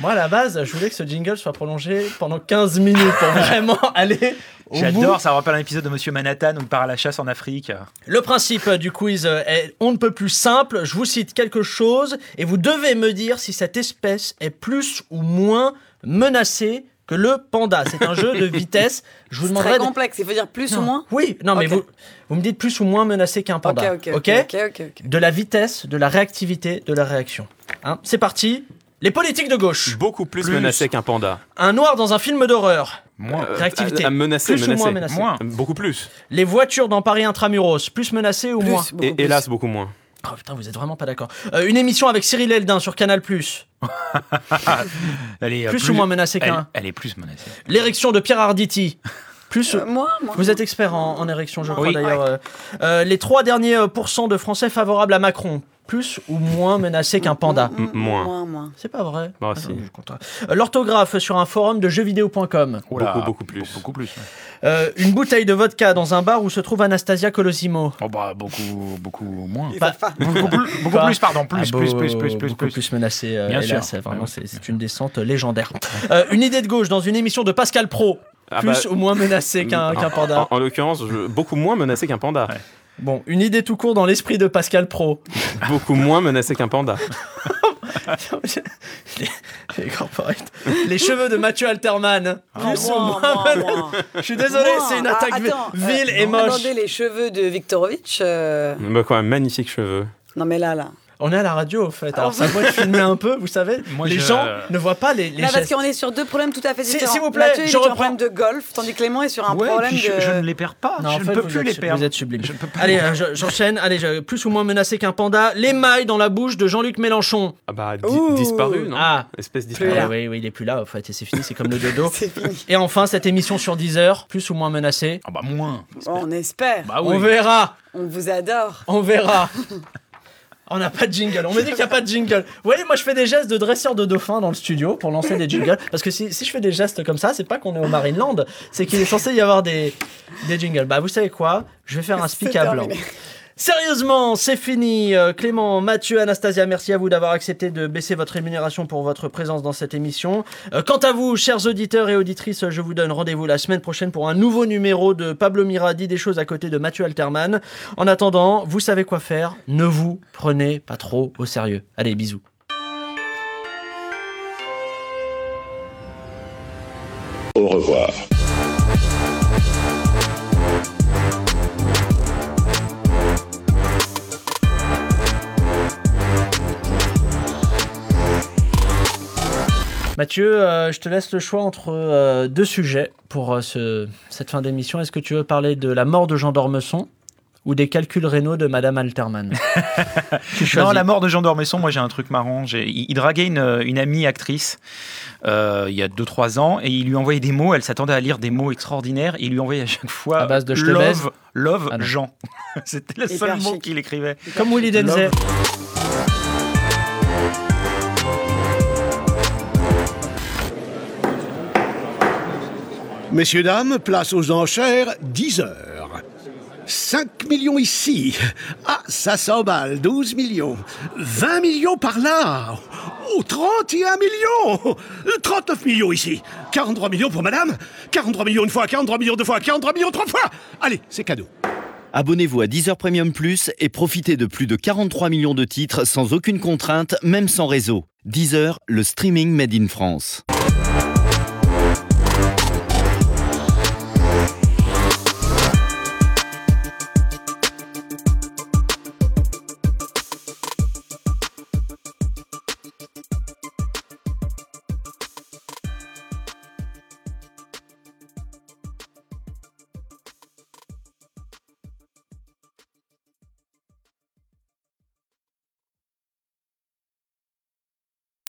Moi, à la base, je voulais que ce jingle soit prolongé pendant quinze minutes pour vraiment aller au J'adore, bout. ça me rappelle un épisode de Monsieur Manhattan où il part à la chasse en Afrique. Le principe du quiz est on ne peut plus simple. Je vous cite quelque chose et vous devez me dire si cette espèce est plus ou moins menacée que le panda. C'est un jeu de vitesse. Je vous C'est demanderai très de- complexe, il faut dire plus Non. ou moins. Oui, non, mais Ok. vous, vous me dites plus ou moins menacé qu'un panda. Ok, ok, ok, ok, ok, ok. De la vitesse, de la réactivité, de la réaction. Hein, c'est parti. Les politiques de gauche. Beaucoup plus, Plus. menacé qu'un panda. Un noir dans un film d'horreur. Moins. Euh, Réactivité. à- à menacer, plus menacé. ou moins menacé. Moins. Beaucoup plus. Les voitures dans Paris Intramuros. Plus menacées ou Plus, moins beaucoup Et plus. hélas, beaucoup moins. Oh putain, vous êtes vraiment pas d'accord. Euh, une émission avec Cyril Eldin sur Canal+. Elle est, euh, Plus ou moins menacée elle, qu'un. elle est plus menacée. L'érection de Pierre Arditi. Plus. Euh, moi, moi. Vous êtes expert en, en érection, je crois Oui. d'ailleurs. Euh, euh, les trois derniers euh, pourcents de Français favorables à Macron. Plus ou moins menacé qu'un panda. M- m- Moins. Moins, moins. C'est pas vrai. Bah, Ah, si. non, je suis content. Euh, L'orthographe sur un forum de jeuxvideo point com. Oh là, Beaucoup, beaucoup plus. Beaucoup plus. ouais. Euh, une bouteille de vodka dans un bar où se trouve Anastasia Colosimo. Oh bah beaucoup, beaucoup moins. Ils Pas- savent pas. Beaucoup plus, beaucoup Pas- plus, pardon. Plus, Ah, beau- plus, plus, plus, plus, beaucoup plus. plus menacé. euh, Bien hélas, sûr. Vraiment, Ouais, c'est ouais. c'est une descente légendaire. Euh, une idée de gauche dans une émission de Pascal Pro. Ah Plus bah, ou moins menacé qu'un en- qu'un panda. En, en l'occurrence, je- beaucoup moins menacé qu'un panda. Ouais. Bon, une idée tout court dans l'esprit de Pascal Pro. Beaucoup moins menacé qu'un panda. les, les corporates. Les cheveux de Mathieu Alterman. Plus ou Moi, moins moi, menacé. moi. Je suis désolé, Moi. c'est une Ah, attaque vi- attends, vile euh, et moche. Attendez, les cheveux de Viktorovitch. euh, Bah, quand même, magnifiques cheveux. Non, mais là, là. On est à la radio, au fait. Alors, Oh. ça doit être filmé un peu, vous savez. Moi, les je- gens ne voient pas les, les Là, parce gestes. qu'on est sur deux problèmes tout à fait Si- différents. s'il vous plaît, Mathieu, il est je sur un reprends. problème de golf, tandis que Clément est sur un Ouais, problème puis je, de... je ne les perds pas. Non, je en ne fait, peux vous plus êtes, les perdre. Vous êtes sublime. Je ne peux pas. Allez, euh, je- j'enchaîne. Allez, je- plus ou moins menacé qu'un panda. L'émail dans la bouche de Jean-Luc Mélenchon. Ah bah, di- Ouh. disparu, non Ah. Espèce Plus disparu. là. Ah, oui, oui, il est plus là, en fait, et c'est fini, c'est comme le dodo. C'est fini. Et enfin, cette émission sur Deezer, plus ou moins menacée. Ah bah moins. Bon, on espère. Bah oui. On verra, On vous adore. on verra. On n'a pas de jingle. On me dit qu'il n'y a pas de jingle. Vous voyez, moi je fais des gestes de dresseur de dauphin dans le studio pour lancer des jingles. Parce que si, si je fais des gestes comme ça, c'est pas qu'on est au Marineland, c'est qu'il est censé y avoir des, des jingles. Bah vous savez quoi ? Je vais faire un speak C'est à blanc. terminé. Sérieusement, c'est fini. Euh, Clément, Mathieu, Anastasia, merci à vous d'avoir accepté de baisser votre rémunération pour votre présence dans cette émission. Euh, quant à vous, chers auditeurs et auditrices, je vous donne rendez-vous la semaine prochaine pour un nouveau numéro de Pablo Mira dit des choses à côté de Mathieu Alterman. En attendant, vous savez quoi faire. Ne vous prenez pas trop au sérieux. Allez, bisous. Au revoir. Mathieu, euh, je te laisse le choix entre euh, deux sujets pour euh, ce, cette fin d'émission. Est-ce que tu veux parler de la mort de Jean d'Ormesson ou des calculs rénaux de Madame Alterman? Tu Non, choisis. la mort de Jean d'Ormesson, moi j'ai un truc marrant. J'ai- Il, il draguait une, une amie actrice euh, il y a deux trois ans et il lui envoyait des mots. Elle s'attendait à lire des mots extraordinaires. Et il lui envoyait à chaque fois À base de je te baise. love, love Ah non. Jean. C'était le seul Hyper mot chic. qu'il écrivait. Comme Willy Denzel. Messieurs, dames, place aux enchères, dix heures. cinq millions ici. Ah, ça s'emballe, douze millions. vingt millions par là. Oh, trente et un millions. trente-neuf millions ici. quarante-trois millions pour madame. quarante-trois millions une fois, quarante-trois millions deux fois, quarante-trois millions trois fois. Allez, c'est cadeau. Abonnez-vous à Deezer Premium Plus et profitez de plus de quarante-trois millions de titres sans aucune contrainte, même sans réseau. Deezer, le streaming made in France.